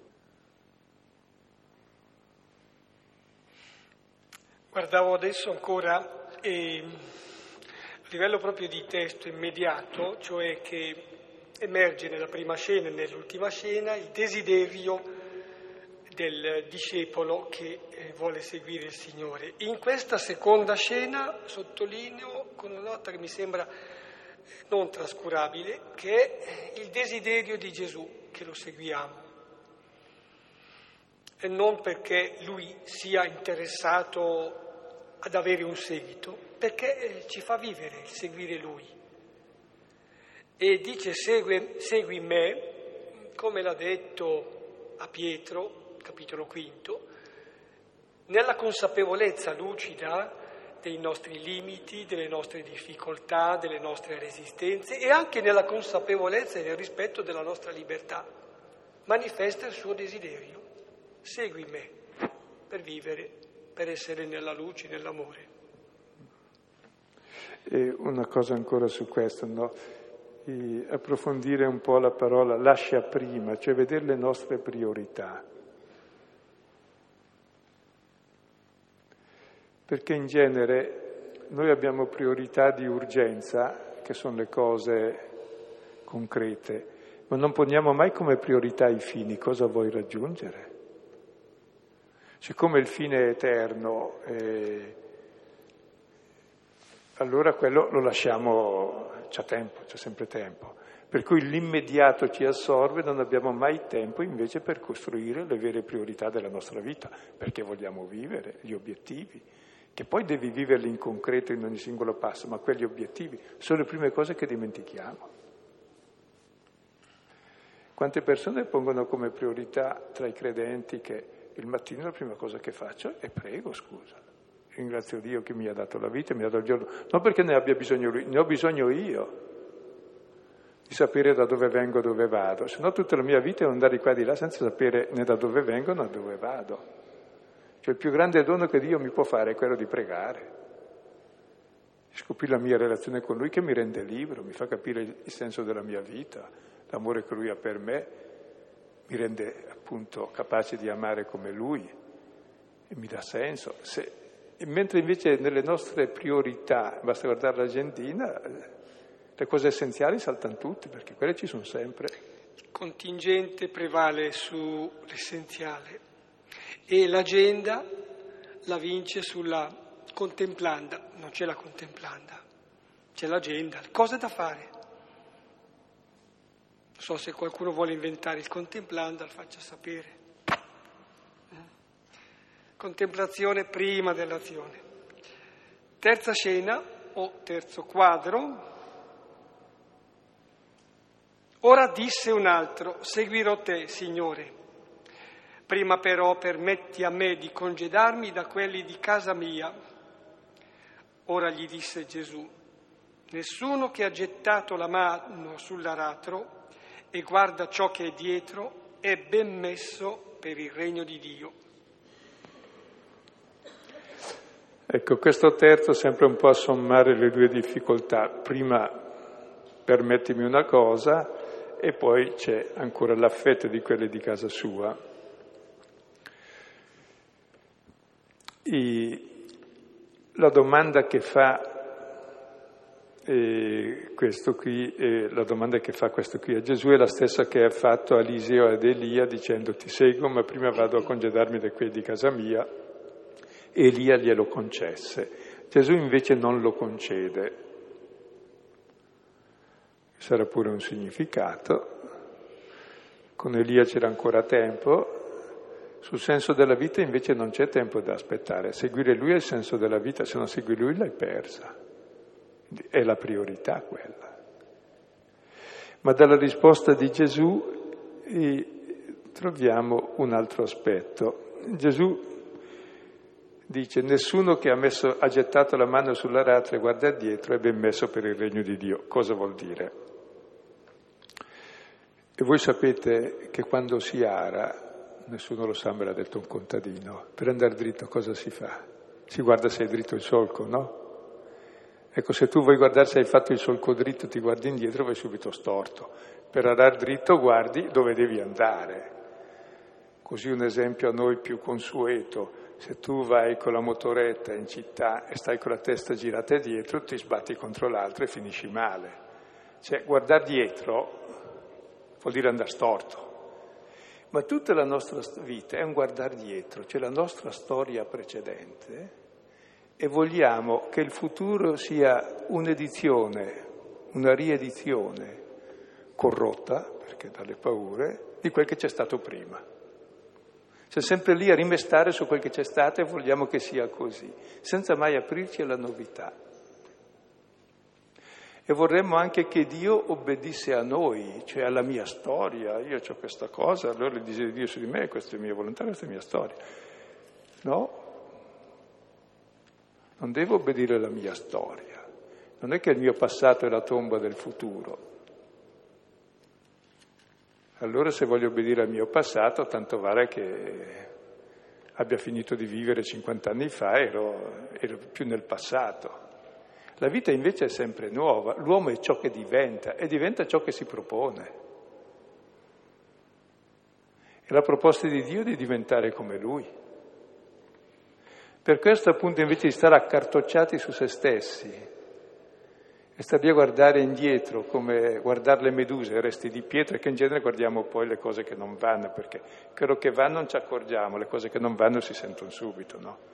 Guardavo adesso ancora eh, a livello proprio di testo immediato, cioè che emerge nella prima scena e nell'ultima scena il desiderio del discepolo che eh, vuole seguire il Signore. In questa seconda scena sottolineo con una nota che mi sembra non trascurabile, che è il desiderio di Gesù che lo seguiamo. E non perché lui sia interessato ad avere un seguito, perché eh, ci fa vivere il seguire lui. E dice segui, segui me, come l'ha detto a Pietro, capitolo quinto, nella consapevolezza lucida dei nostri limiti, delle nostre difficoltà, delle nostre resistenze e anche nella consapevolezza e nel rispetto della nostra libertà. Manifesta il suo desiderio. Segui me per vivere, per essere nella luce, nell'amore. E una cosa ancora su questo, no? E approfondire un po' la parola lascia prima, cioè vedere le nostre priorità. Perché in genere noi abbiamo priorità di urgenza, che sono le cose concrete, ma non poniamo mai come priorità i fini, cosa vuoi raggiungere? Siccome il fine è eterno, eh, allora quello lo lasciamo, c'è tempo, c'è sempre tempo. Per cui l'immediato ci assorbe, non abbiamo mai tempo invece per costruire le vere priorità della nostra vita, perché vogliamo vivere gli obiettivi, che poi devi viverli in concreto in ogni singolo passo, ma quegli obiettivi sono le prime cose che dimentichiamo. Quante persone pongono come priorità tra i credenti che il mattino la prima cosa che faccio è prego, scusa, ringrazio Dio che mi ha dato la vita, mi ha dato il giorno, non perché ne abbia bisogno lui, ne ho bisogno io di sapere da dove vengo, dove vado, se no tutta la mia vita è andare di qua e di là senza sapere né da dove vengo né da dove vado. Cioè il più grande dono che Dio mi può fare è quello di pregare, di scoprire la mia relazione con Lui che mi rende libero, mi fa capire il senso della mia vita, l'amore che Lui ha per me, mi rende appunto capace di amare come Lui e mi dà senso. Se, mentre invece nelle nostre priorità, basta guardare l'agendina, le cose essenziali saltano tutte, perché quelle ci sono sempre. Il contingente prevale sull'essenziale e l'agenda la vince sulla contemplanda. Non c'è la contemplanda, c'è l'agenda, le cose da fare. Non so se qualcuno vuole inventare il contemplanda, lo faccia sapere. Contemplazione prima dell'azione. Terza scena o terzo quadro. Ora disse un altro: seguirò te, Signore. Prima però permetti a me di congedarmi da quelli di casa mia. Ora gli disse Gesù: nessuno che ha gettato la mano sull'aratro e guarda ciò che è dietro è ben messo per il regno di Dio. Ecco, questo terzo sempre un po' a sommare le due difficoltà. Prima permettimi una cosa e poi c'è ancora l'affetto di quelli di casa sua. E la domanda che fa eh, questo qui, eh, la domanda che fa questo qui a Gesù è la stessa che ha fatto a Eliseo ed Elia dicendo: ti seguo, ma prima vado a congedarmi da quelli di casa mia. E Elia glielo concesse. Gesù invece non lo concede. Sarà pure un significato. Con Elia c'era ancora tempo. Sul senso della vita invece non c'è tempo da aspettare. Seguire lui è il senso della vita, se non segui lui l'hai persa. È la priorità quella. Ma dalla risposta di Gesù eh, troviamo un altro aspetto. Gesù dice: nessuno che ha, messo, ha gettato la mano sull'aratro e guarda dietro è ben messo per il regno di Dio. Cosa vuol dire? E voi sapete che quando si ara, nessuno lo sa, me l'ha detto un contadino, per andare dritto cosa si fa? Si guarda se è dritto il solco, no? Ecco, se tu vuoi guardare se hai fatto il solco dritto, ti guardi indietro, vai subito storto. Per andare dritto guardi dove devi andare. Così un esempio a noi più consueto: se tu vai con la motoretta in città e stai con la testa girata dietro, ti sbatti contro l'altro e finisci male. Cioè, guardare dietro vuol dire andare storto. Ma tutta la nostra vita è un guardare dietro, cioè la nostra storia precedente, e vogliamo che il futuro sia un'edizione, una riedizione corrotta, perché dalle paure, di quel che c'è stato prima. C'è sempre lì a rimestare su quel che c'è stato e vogliamo che sia così, senza mai aprirci alla novità. E vorremmo anche che Dio obbedisse a noi, cioè alla mia storia. Io ho questa cosa, allora il disegno di Dio su di me, questa è mia volontà, questa è mia storia. No, non devo obbedire alla mia storia. Non è che il mio passato è la tomba del futuro. Allora se voglio obbedire al mio passato, tanto vale che abbia finito di vivere cinquanta anni fa, ero, ero più nel passato. La vita invece è sempre nuova, l'uomo è ciò che diventa e diventa ciò che si propone. E la proposta di Dio è di diventare come Lui. Per questo appunto invece di stare accartocciati su se stessi e stare lì a guardare indietro come guardare le meduse, resti di pietra, che in genere guardiamo poi le cose che non vanno, perché quello che va non ci accorgiamo, le cose che non vanno si sentono subito, no?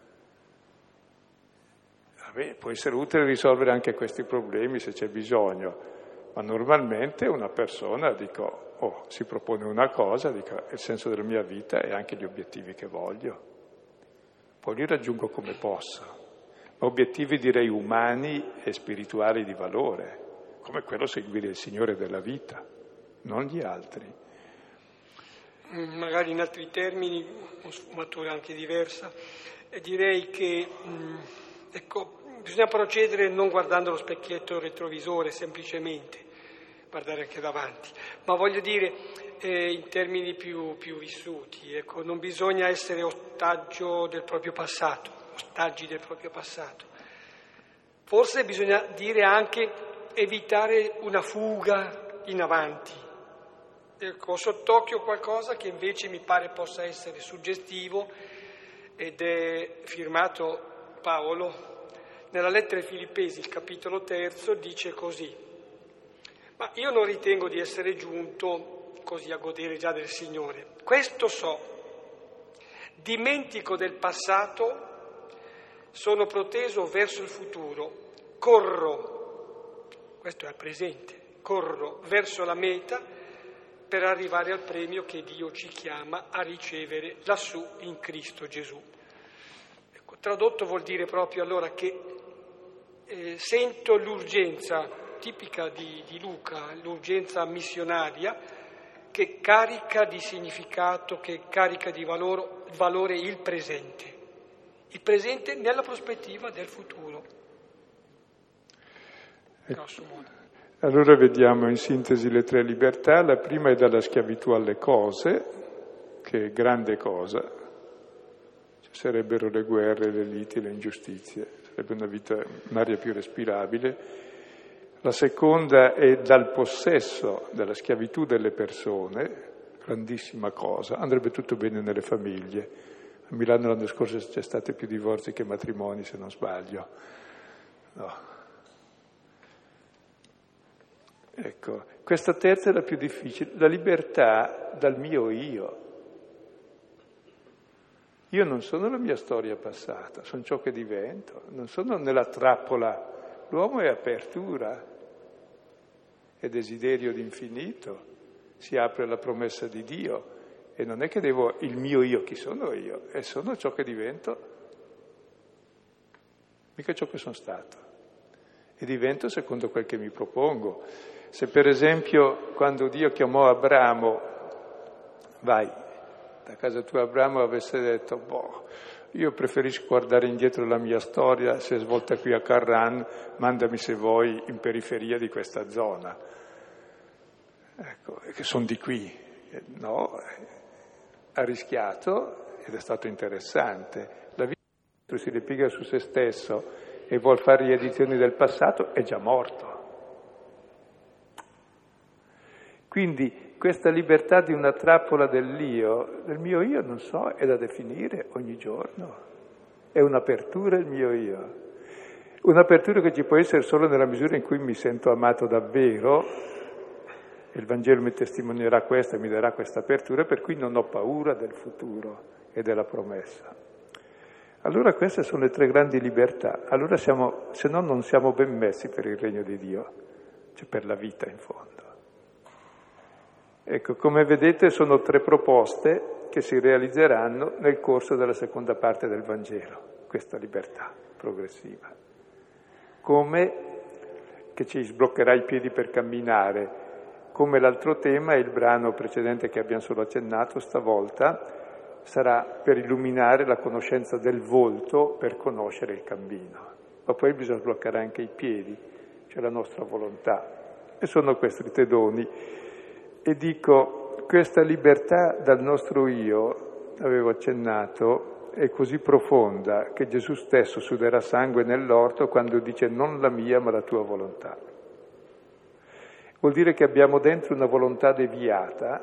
Beh, può essere utile risolvere anche questi problemi se c'è bisogno, ma normalmente una persona, dico, oh, si propone una cosa, dico, il senso della mia vita e anche gli obiettivi che voglio. Poi li raggiungo come posso, ma obiettivi direi umani e spirituali di valore, come quello seguire il Signore della vita, non gli altri. Magari in altri termini, con sfumatura anche diversa, e direi che, ecco, bisogna procedere non guardando lo specchietto retrovisore semplicemente, guardare anche davanti, ma voglio dire eh, in termini più, più vissuti, ecco, non bisogna essere ostaggio del proprio passato, ostaggi del proprio passato. Forse bisogna dire anche evitare una fuga in avanti. Ecco, ho sott'occhio qualcosa che invece mi pare possa essere suggestivo ed è firmato Paolo. Nella lettera ai Filippesi, il capitolo terzo, dice così: ma io non ritengo di essere giunto così a godere già del Signore. Questo so, dimentico del passato, sono proteso verso il futuro, corro, questo è al presente, corro verso la meta per arrivare al premio che Dio ci chiama a ricevere lassù in Cristo Gesù. Ecco, tradotto vuol dire proprio allora che eh, sento l'urgenza tipica di, di Luca, l'urgenza missionaria che carica di significato, che carica di valore, valore il presente, il presente nella prospettiva del futuro. Grosso modo. Allora vediamo in sintesi le tre libertà. La prima è dalla schiavitù alle cose, che è grande cosa. Ci sarebbero le guerre, le liti, le ingiustizie, sarebbe una vita, un'aria più respirabile. La seconda è dal possesso, dalla schiavitù delle persone, grandissima cosa. Andrebbe tutto bene nelle famiglie. A Milano l'anno scorso c'è stato più divorzi che matrimoni, se non sbaglio. No. Ecco, questa terza è la più difficile, la libertà dal mio io. Io non sono la mia storia passata, sono ciò che divento, non sono nella trappola. L'uomo è apertura, è desiderio d'infinito, si apre alla promessa di Dio e non è che devo il mio io, chi sono io? E sono ciò che divento, mica ciò che sono stato. E divento secondo quel che mi propongo. Se per esempio quando Dio chiamò Abramo, vai, da casa tua Abramo avesse detto, boh, io preferisco guardare indietro la mia storia, si è svolta qui a Carran, mandami se vuoi in periferia di questa zona. Ecco, che sono di qui. No, ha rischiato ed è stato interessante. La vita si ripiega su se stesso e vuol fare riedizioni del passato, è già morto. Quindi questa libertà di una trappola dell'io, del mio io non so, è da definire ogni giorno. È un'apertura il mio io. Un'apertura che ci può essere solo nella misura in cui mi sento amato davvero, e il Vangelo mi testimonierà questo e mi darà questa apertura, per cui non ho paura del futuro e della promessa. Allora queste sono le tre grandi libertà. Allora siamo, se no non siamo ben messi per il regno di Dio, cioè per la vita in fondo. Ecco, come vedete sono tre proposte che si realizzeranno nel corso della seconda parte del Vangelo, questa libertà progressiva. Come che ci sbloccherà i piedi per camminare, come l'altro tema, il brano precedente che abbiamo solo accennato stavolta, sarà per illuminare la conoscenza del volto per conoscere il cammino. Ma poi bisogna sbloccare anche i piedi, cioè la nostra volontà. E sono questi i tre doni. E dico, questa libertà dal nostro io, avevo accennato, è così profonda che Gesù stesso suderà sangue nell'orto quando dice non la mia ma la tua volontà. Vuol dire che abbiamo dentro una volontà deviata,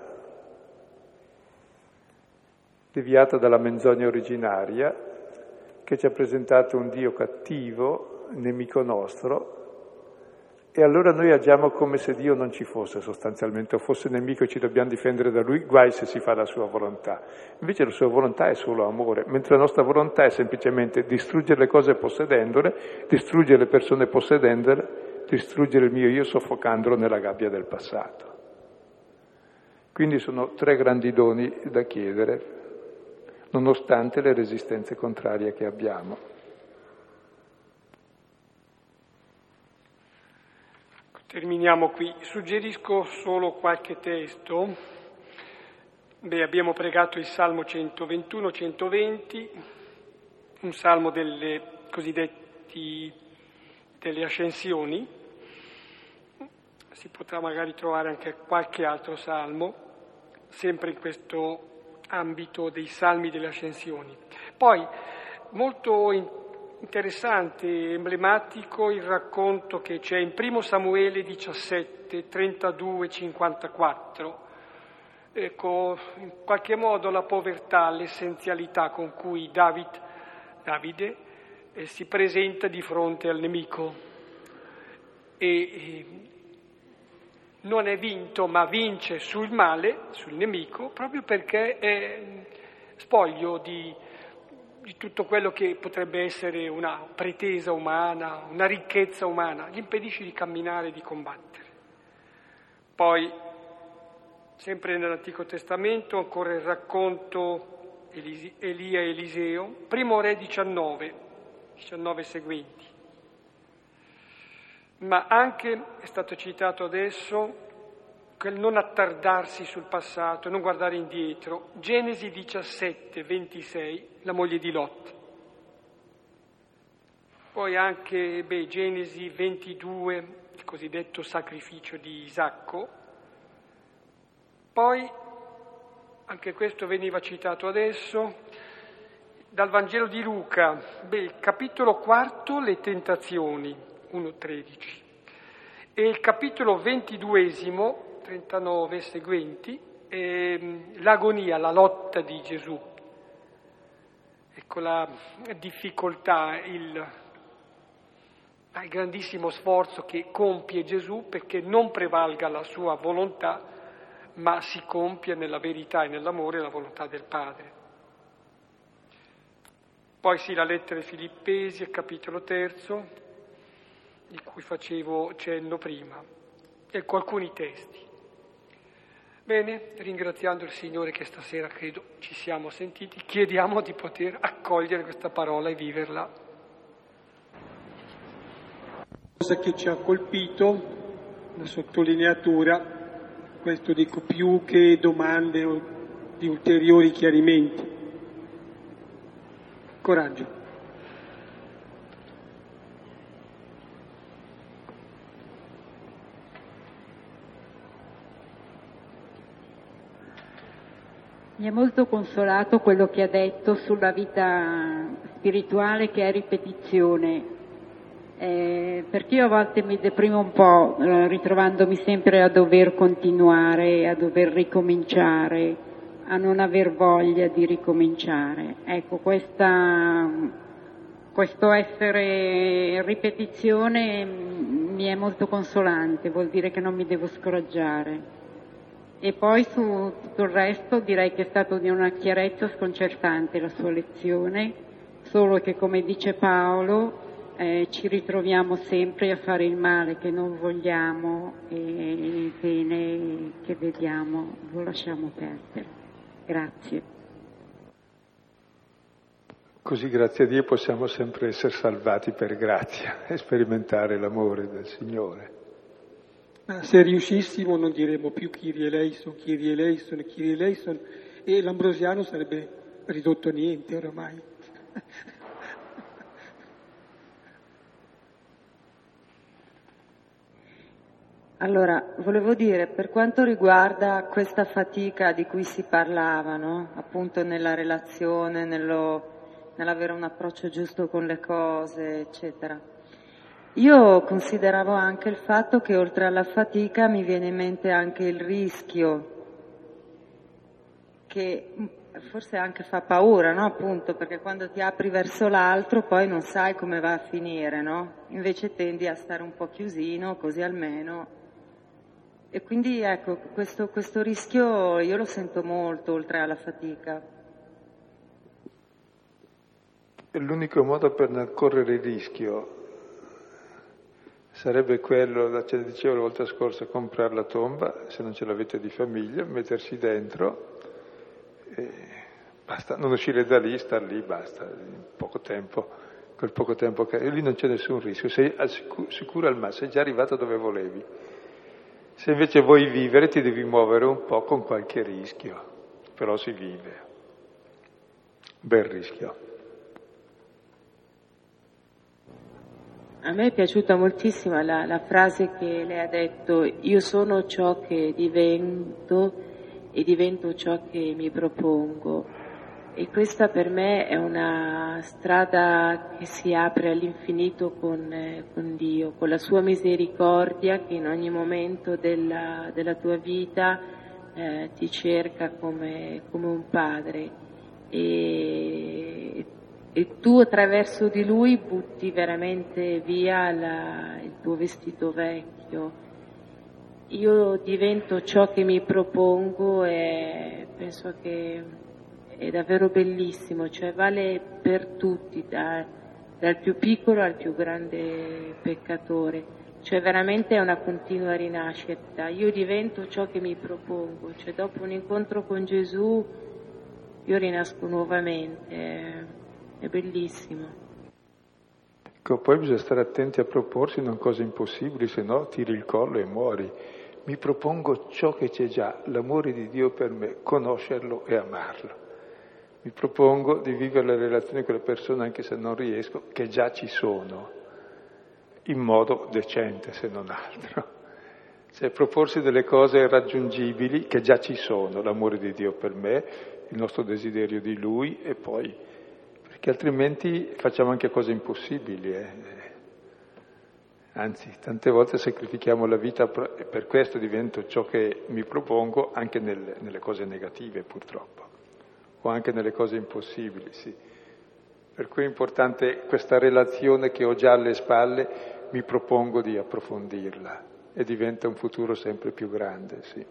deviata dalla menzogna originaria, che ci ha presentato un Dio cattivo, nemico nostro, e allora noi agiamo come se Dio non ci fosse sostanzialmente, o fosse nemico e ci dobbiamo difendere da Lui, guai se si fa la sua volontà. Invece la sua volontà è solo amore, mentre la nostra volontà è semplicemente distruggere le cose possedendole, distruggere le persone possedendole, distruggere il mio io soffocandolo nella gabbia del passato. Quindi sono tre grandi doni da chiedere, nonostante le resistenze contrarie che abbiamo. Terminiamo qui. Suggerisco solo qualche testo. Beh, abbiamo pregato il Salmo centoventuno centoventi, un salmo delle cosiddetti delle ascensioni. si potrà magari trovare anche qualche altro salmo, sempre in questo ambito dei salmi delle ascensioni. Poi, molto interessante e emblematico il racconto che c'è in primo Samuele diciassette, trentadue, cinquantaquattro. Ecco, in qualche modo la povertà, l'essenzialità con cui David, Davide eh, si presenta di fronte al nemico e eh, non è vinto ma vince sul male, sul nemico, proprio perché è spoglio di, di tutto quello che potrebbe essere una pretesa umana, una ricchezza umana, gli impedisce di camminare e di combattere. Poi, sempre nell'Antico Testamento, ancora il racconto Elisi- Elia e Eliseo, primo Re diciannove, diciannove seguenti. Ma anche, è stato citato adesso, quel non attardarsi sul passato, non guardare indietro. Genesi diciassette, ventisei, la moglie di Lot. Poi anche, beh, Genesi ventidue, il cosiddetto sacrificio di Isacco. Poi, anche questo veniva citato adesso, dal Vangelo di Luca, beh, il capitolo quarto, le tentazioni, uno tredici, e il capitolo ventiduesimo, trentanove seguenti, ehm, l'agonia, la lotta di Gesù. Ecco la difficoltà, il, il grandissimo sforzo che compie Gesù perché non prevalga la sua volontà, ma si compie nella verità e nell'amore la volontà del Padre. Poi sì, la lettera ai Filippesi, il capitolo terzo, di cui facevo cenno prima, ecco alcuni testi. Bene, ringraziando il Signore che stasera credo ci siamo sentiti, chiediamo di poter accogliere questa parola e viverla. Cosa che ci ha colpito, la sottolineatura, questo dico più che domande o di ulteriori chiarimenti. Coraggio. Mi è molto consolato quello che ha detto sulla vita spirituale che è ripetizione, eh, perché io a volte mi deprimo un po' eh, ritrovandomi sempre a dover continuare, a dover ricominciare, a non aver voglia di ricominciare. Ecco, questa, questo essere ripetizione mi è molto consolante, vuol dire che non mi devo scoraggiare. E poi su tutto il resto direi che è stato di una chiarezza sconcertante la sua lezione, solo che come dice Paolo eh, ci ritroviamo sempre a fare il male che non vogliamo e il bene che vediamo lo lasciamo perdere. Grazie. Così grazie a Dio possiamo sempre essere salvati per grazia e sperimentare l'amore del Signore. Ma se riuscissimo non diremmo più Kyrie eleison, Kyrie eleison, Kyrie eleison, e l'ambrosiano sarebbe ridotto a niente oramai. Allora, volevo dire, per quanto riguarda questa fatica di cui si parlava, no? Appunto nella relazione, nello, nell'avere un approccio giusto con le cose, eccetera. Io consideravo anche il fatto che oltre alla fatica mi viene in mente anche il rischio, che forse anche fa paura, no? Appunto, perché quando ti apri verso l'altro poi non sai come va a finire, no? Invece tendi a stare un po' chiusino, così almeno. E quindi ecco, questo, questo rischio io lo sento molto oltre alla fatica. L'unico modo per non correre il rischio sarebbe quello, ce dicevo la volta scorsa, comprare la tomba, se non ce l'avete di famiglia, mettersi dentro e basta, non uscire da lì, star lì, basta, in poco tempo, quel poco tempo che... E lì non c'è nessun rischio, sei al sicuro, sicuro al massimo, sei già arrivato dove volevi. Se invece vuoi vivere ti devi muovere un po' con qualche rischio, però si vive. Bel rischio. A me è piaciuta moltissimo la, la frase che lei ha detto: io sono ciò che divento e divento ciò che mi propongo. E questa per me è una strada che si apre all'infinito con, eh, con Dio, con la sua misericordia che in ogni momento della, della tua vita eh, ti cerca come, come un padre. E, e tu attraverso di lui butti veramente via la, il tuo vestito vecchio. Io divento ciò che mi propongo e penso che è davvero bellissimo, cioè vale per tutti, da, dal più piccolo al più grande peccatore, cioè veramente è una continua rinascita. Io divento ciò che mi propongo, cioè dopo un incontro con Gesù io rinasco nuovamente, è, è bellissimo. Ecco, poi bisogna stare attenti a proporsi non cose impossibili, se no tiri il collo e muori. Mi propongo ciò che c'è già, l'amore di Dio per me, conoscerlo e amarlo. Mi propongo di vivere la relazione con le persone, anche se non riesco, che già ci sono, in modo decente se non altro. Cioè proporsi delle cose raggiungibili che già ci sono, l'amore di Dio per me, il nostro desiderio di Lui, e poi, perché altrimenti facciamo anche cose impossibili. Eh. Anzi, tante volte sacrifichiamo la vita e per questo divento ciò che mi propongo anche nelle, nelle cose negative, purtroppo. O anche nelle cose impossibili, sì. Per cui è importante questa relazione che ho già alle spalle, mi propongo di approfondirla e diventa un futuro sempre più grande, sì.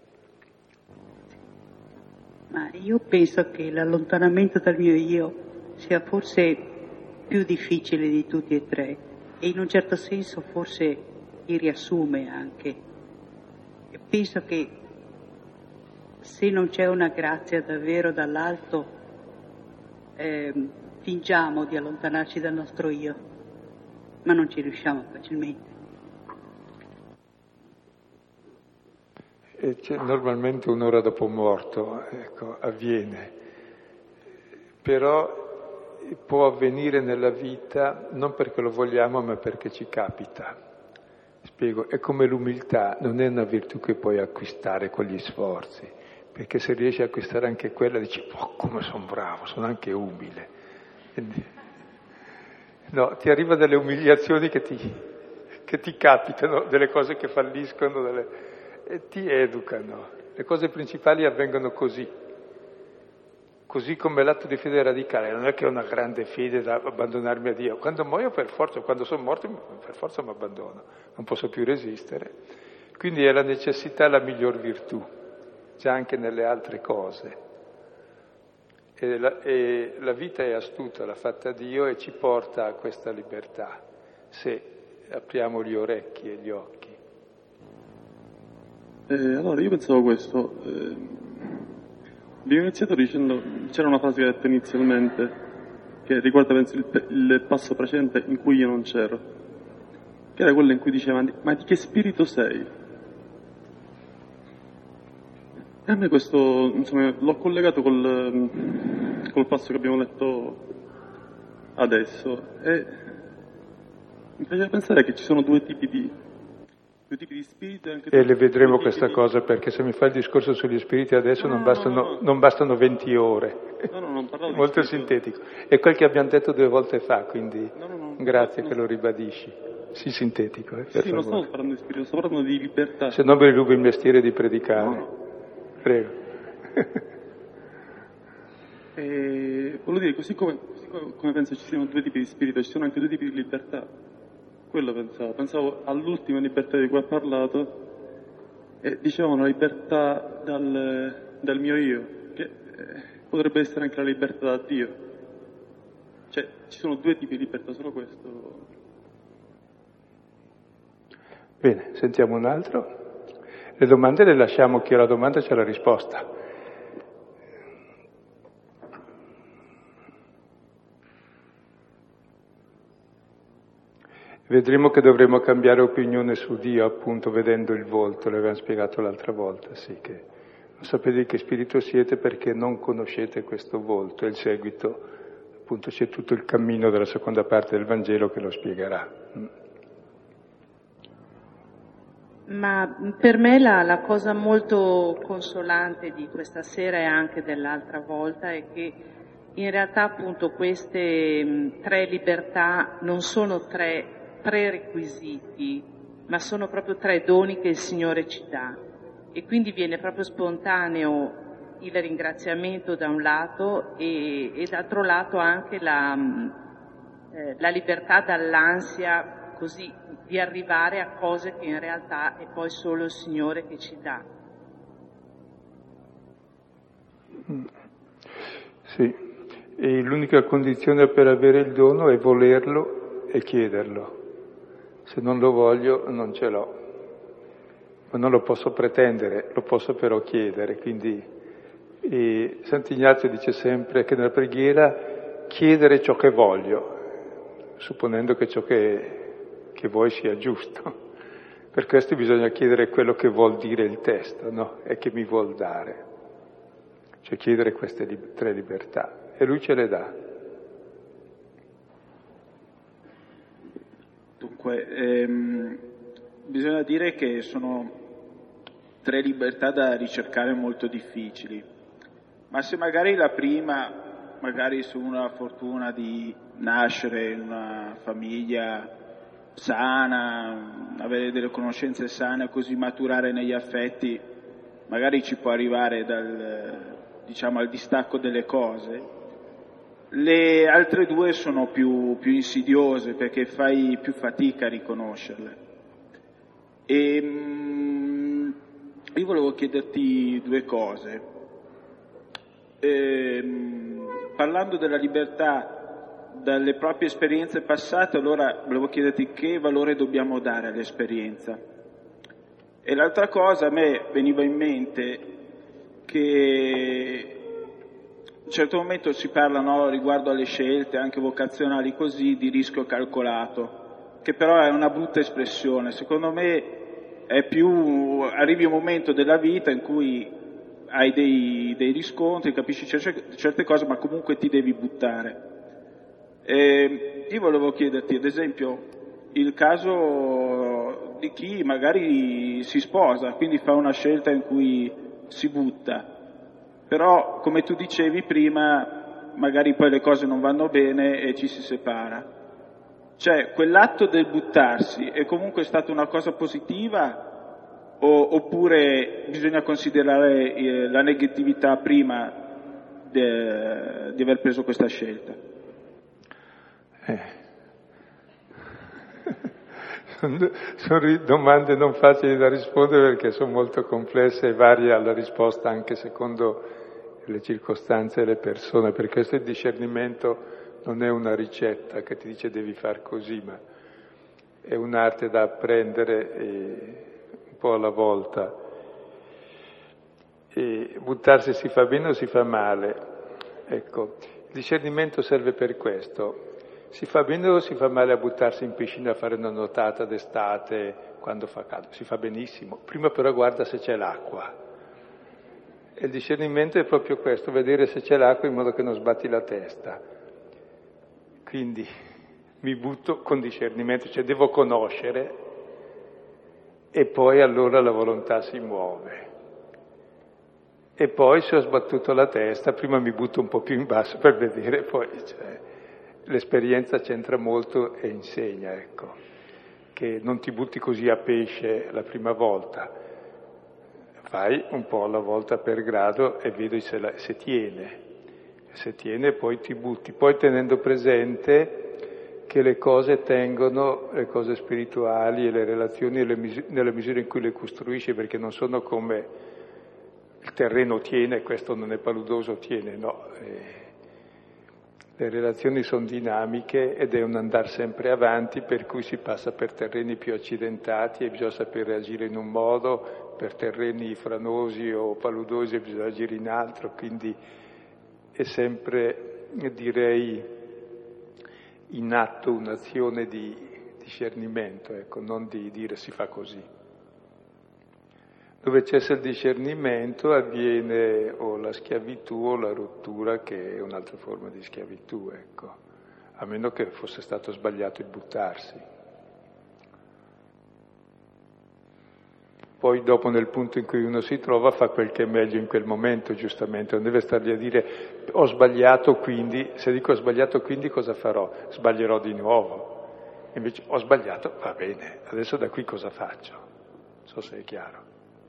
Ma io penso che l'allontanamento dal mio io sia forse più difficile di tutti e tre e in un certo senso forse li riassume anche. E penso che se non c'è una grazia davvero dall'alto, eh, fingiamo di allontanarci dal nostro io, ma non ci riusciamo facilmente. E c'è normalmente un'ora dopo morto, ecco, avviene. Però può avvenire nella vita non perché lo vogliamo, ma perché ci capita. Spiego, è come l'umiltà, non è una virtù che puoi acquistare con gli sforzi. Perché se riesci a acquistare anche quella dici, oh, come sono bravo, sono anche umile. Quindi, no, ti arriva delle umiliazioni che ti, che ti capitano, delle cose che falliscono, delle, e ti educano. Le cose principali avvengono così. Così come l'atto di fede radicale, non è che ho una grande fede da abbandonarmi a Dio. Quando muoio per forza, quando sono morto per forza mi abbandono, non posso più resistere. Quindi è la necessità la miglior virtù. Già anche nelle altre cose. E la, e la vita è astuta, l'ha fatta Dio e ci porta a questa libertà, se apriamo gli orecchi e gli occhi. Eh, allora, io pensavo questo. Eh, abbiamo iniziato dicendo, c'era una frase che hai detto inizialmente, che riguarda, penso, il, il passo precedente in cui io non c'ero, che era quello in cui diceva, ma di che spirito sei? E a me questo, insomma, l'ho collegato col, col passo che abbiamo letto adesso e mi faceva pensare che ci sono due tipi di, due tipi di spiriti. Anche e le vedremo questa di... cosa, perché se mi fa il discorso sugli spiriti adesso no, non, bastano, no, no. non bastano venti ore. No, no, non parlavo di Molto spirito. Sintetico. È quel che abbiamo detto due volte fa, quindi no, no, no, grazie no, che no. lo ribadisci. Sì, sintetico, eh, per sì, favore. non stavo parlando di spirito, sto parlando di libertà. Se no mi rubi il mestiere di predicare. No, no. Prego. E, volevo dire, così come, così come penso ci siano due tipi di spirito, ci sono anche due tipi di libertà. Quello pensavo. Pensavo all'ultima libertà di cui ha parlato e dicevano la libertà dal, dal mio io, che eh, potrebbe essere anche la libertà da Dio. Cioè, ci sono due tipi di libertà, solo questo. Bene, sentiamo un altro. Le domande le lasciamo, chi ha la domanda c'è la risposta. Vedremo che dovremo cambiare opinione su Dio, appunto, vedendo il volto, l'avevamo spiegato l'altra volta, sì, che non sapete di che spirito siete perché non conoscete questo volto, è il seguito appunto c'è tutto il cammino della seconda parte del Vangelo che lo spiegherà. Ma per me la, la cosa molto consolante di questa sera e anche dell'altra volta è che in realtà appunto queste mh, tre libertà non sono tre prerequisiti, ma sono proprio tre doni che il Signore ci dà, e quindi viene proprio spontaneo il ringraziamento da un lato e, e d'altro lato anche la, mh, eh, la libertà dall'ansia così di arrivare a cose che in realtà è poi solo il Signore che ci dà. Sì, e l'unica condizione per avere il dono è volerlo e chiederlo. Se non lo voglio non ce l'ho, ma non lo posso pretendere, lo posso però chiedere. Quindi e Sant'Ignazio dice sempre che nella preghiera chiedere ciò che voglio, supponendo che ciò che che vuoi sia giusto. Per questo bisogna chiedere quello che vuol dire il testo, no? E che mi vuol dare. Cioè chiedere queste li- tre libertà. E lui ce le dà. Dunque, ehm, bisogna dire che sono tre libertà da ricercare molto difficili. Ma se magari la prima, magari se uno ha la fortuna di nascere in una famiglia sana, avere delle conoscenze sane, così maturare negli affetti, magari ci può arrivare dal, diciamo, al distacco delle cose. Le altre due sono più, più insidiose perché fai più fatica a riconoscerle. E mh, io volevo chiederti due cose. E, mh, parlando della libertà dalle proprie esperienze passate, allora volevo chiederti che valore dobbiamo dare all'esperienza. E l'altra cosa, a me veniva in mente che a un certo momento si parla, no, riguardo alle scelte anche vocazionali così, di rischio calcolato, che però è una brutta espressione. Secondo me è più, arrivi un momento della vita in cui hai dei, dei riscontri, capisci certe, certe cose, ma comunque ti devi buttare. E io volevo chiederti, ad esempio, il caso di chi magari si sposa, quindi fa una scelta in cui si butta, però come tu dicevi prima, magari poi le cose non vanno bene e ci si separa. Cioè, quell'atto del buttarsi è comunque stata una cosa positiva o, oppure bisogna considerare eh, la negatività prima de, di aver preso questa scelta? Eh. Sono domande non facili da rispondere perché sono molto complesse e varia la risposta anche secondo le circostanze e le persone. Per questo il discernimento non è una ricetta che ti dice devi far così, ma è un'arte da apprendere e un po' alla volta. E buttarsi si fa bene o si fa male? Ecco, il discernimento serve per questo. Si fa bene o si fa male a buttarsi in piscina a fare una nuotata d'estate quando fa caldo? Si fa benissimo. Prima però guarda se c'è l'acqua. E il discernimento è proprio questo, vedere se c'è l'acqua in modo che non sbatti la testa. Quindi mi butto con discernimento, cioè devo conoscere e poi allora la volontà si muove. E poi se ho sbattuto la testa, prima mi butto un po' più in basso per vedere, poi cioè, l'esperienza c'entra molto e insegna, ecco, che non ti butti così a pesce la prima volta, fai un po' alla volta per grado e vedi se, la, se tiene, se tiene poi ti butti, poi tenendo presente che le cose tengono, le cose spirituali e le relazioni nella misura in cui le costruisci, perché non sono come il terreno tiene, questo non è paludoso, tiene, no. Eh, Le relazioni sono dinamiche ed è un andare sempre avanti, per cui si passa per terreni più accidentati e bisogna saper reagire in un modo, per terreni franosi o paludosi bisogna agire in altro, quindi è sempre, direi, in atto un'azione di discernimento, ecco, non di dire si fa così. Dove cessa il discernimento avviene o la schiavitù o la rottura, che è un'altra forma di schiavitù, ecco, a meno che fosse stato sbagliato il buttarsi. Poi dopo, nel punto in cui uno si trova, fa quel che è meglio in quel momento, giustamente, non deve stargli a dire ho sbagliato, quindi, se dico ho sbagliato, quindi cosa farò? Sbaglierò di nuovo. Invece ho sbagliato, va bene, adesso da qui cosa faccio? Non so se è chiaro.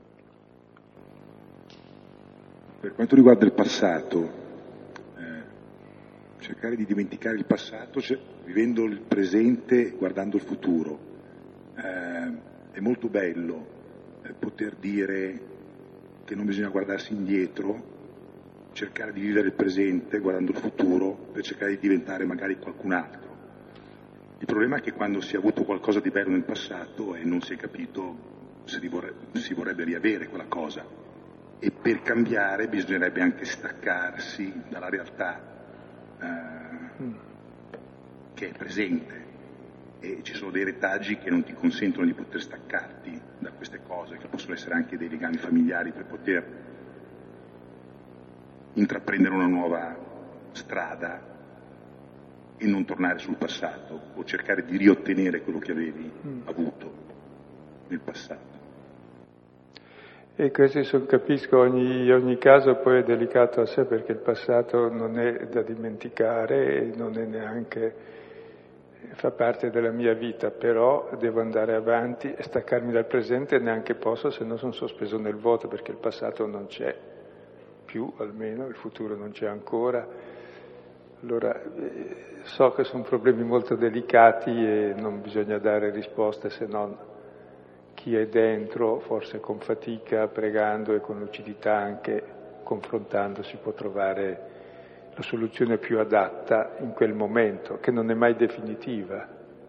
Per quanto riguarda il passato, eh, cercare di dimenticare il passato, cioè, vivendo il presente, guardando il futuro, eh, è molto bello poter dire che non bisogna guardarsi indietro, cercare di vivere il presente guardando il futuro per cercare di diventare magari qualcun altro. Il problema è che quando si è avuto qualcosa di bello nel passato e non si è capito se vorrebbe, si vorrebbe riavere quella cosa, e per cambiare bisognerebbe anche staccarsi dalla realtà eh, che è presente. E ci sono dei retaggi che non ti consentono di poter staccarti da queste cose, che possono essere anche dei legami familiari, per poter intraprendere una nuova strada e non tornare sul passato o cercare di riottenere quello che avevi mm. avuto nel passato. E questo capisco, ogni, ogni caso poi è delicato a sé, perché il passato non è da dimenticare e non è neanche... fa parte della mia vita, però devo andare avanti e staccarmi dal presente neanche posso, se no sono sospeso nel vuoto, perché il passato non c'è più, almeno, il futuro non c'è ancora. Allora, eh, so che sono problemi molto delicati e non bisogna dare risposte se non chi è dentro, forse con fatica, pregando e con lucidità anche, confrontandosi, può trovare la soluzione più adatta in quel momento, che non è mai definitiva.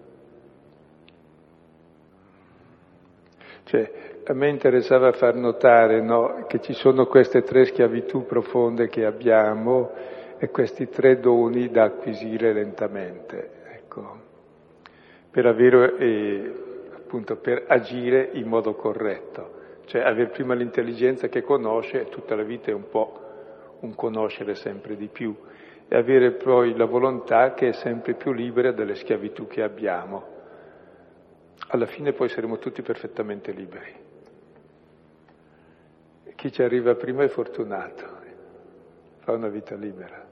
Cioè, a me interessava far notare, no, che ci sono queste tre schiavitù profonde che abbiamo e questi tre doni da acquisire lentamente, ecco, per avere, eh, appunto, per agire in modo corretto. Cioè, avere prima l'intelligenza che conosce, e tutta la vita è un po' un conoscere sempre di più, e avere poi la volontà che è sempre più libera dalle schiavitù che abbiamo. Alla fine poi saremo tutti perfettamente liberi. Chi ci arriva prima è fortunato, fa una vita libera.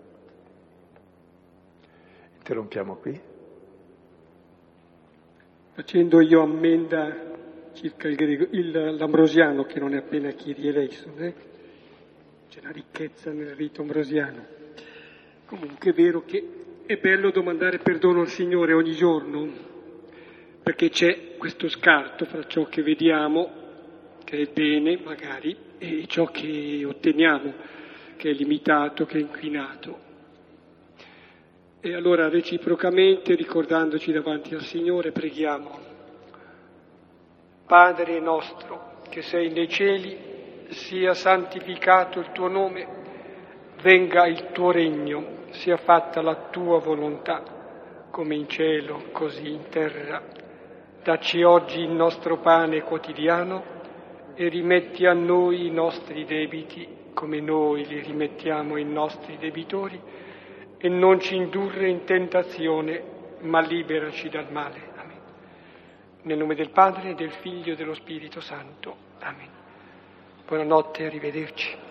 Interrompiamo qui. Facendo io ammenda circa il, il, l'ambrosiano, che non è appena Kyrie eleison, eh? C'è una ricchezza nel rito ambrosiano. Comunque è vero che è bello domandare perdono al Signore ogni giorno, perché c'è questo scarto fra ciò che vediamo, che è bene magari, e ciò che otteniamo, che è limitato, che è inquinato. E allora reciprocamente, ricordandoci davanti al Signore, preghiamo. Padre nostro, che sei nei cieli, sia santificato il tuo nome, venga il tuo regno, sia fatta la tua volontà, come in cielo, così in terra. Dacci oggi il nostro pane quotidiano e rimetti a noi i nostri debiti, come noi li rimettiamo ai nostri debitori, e non ci indurre in tentazione, ma liberaci dal male. Amen. Nel nome del Padre, del Figlio e dello Spirito Santo. Amen. Buonanotte, arrivederci.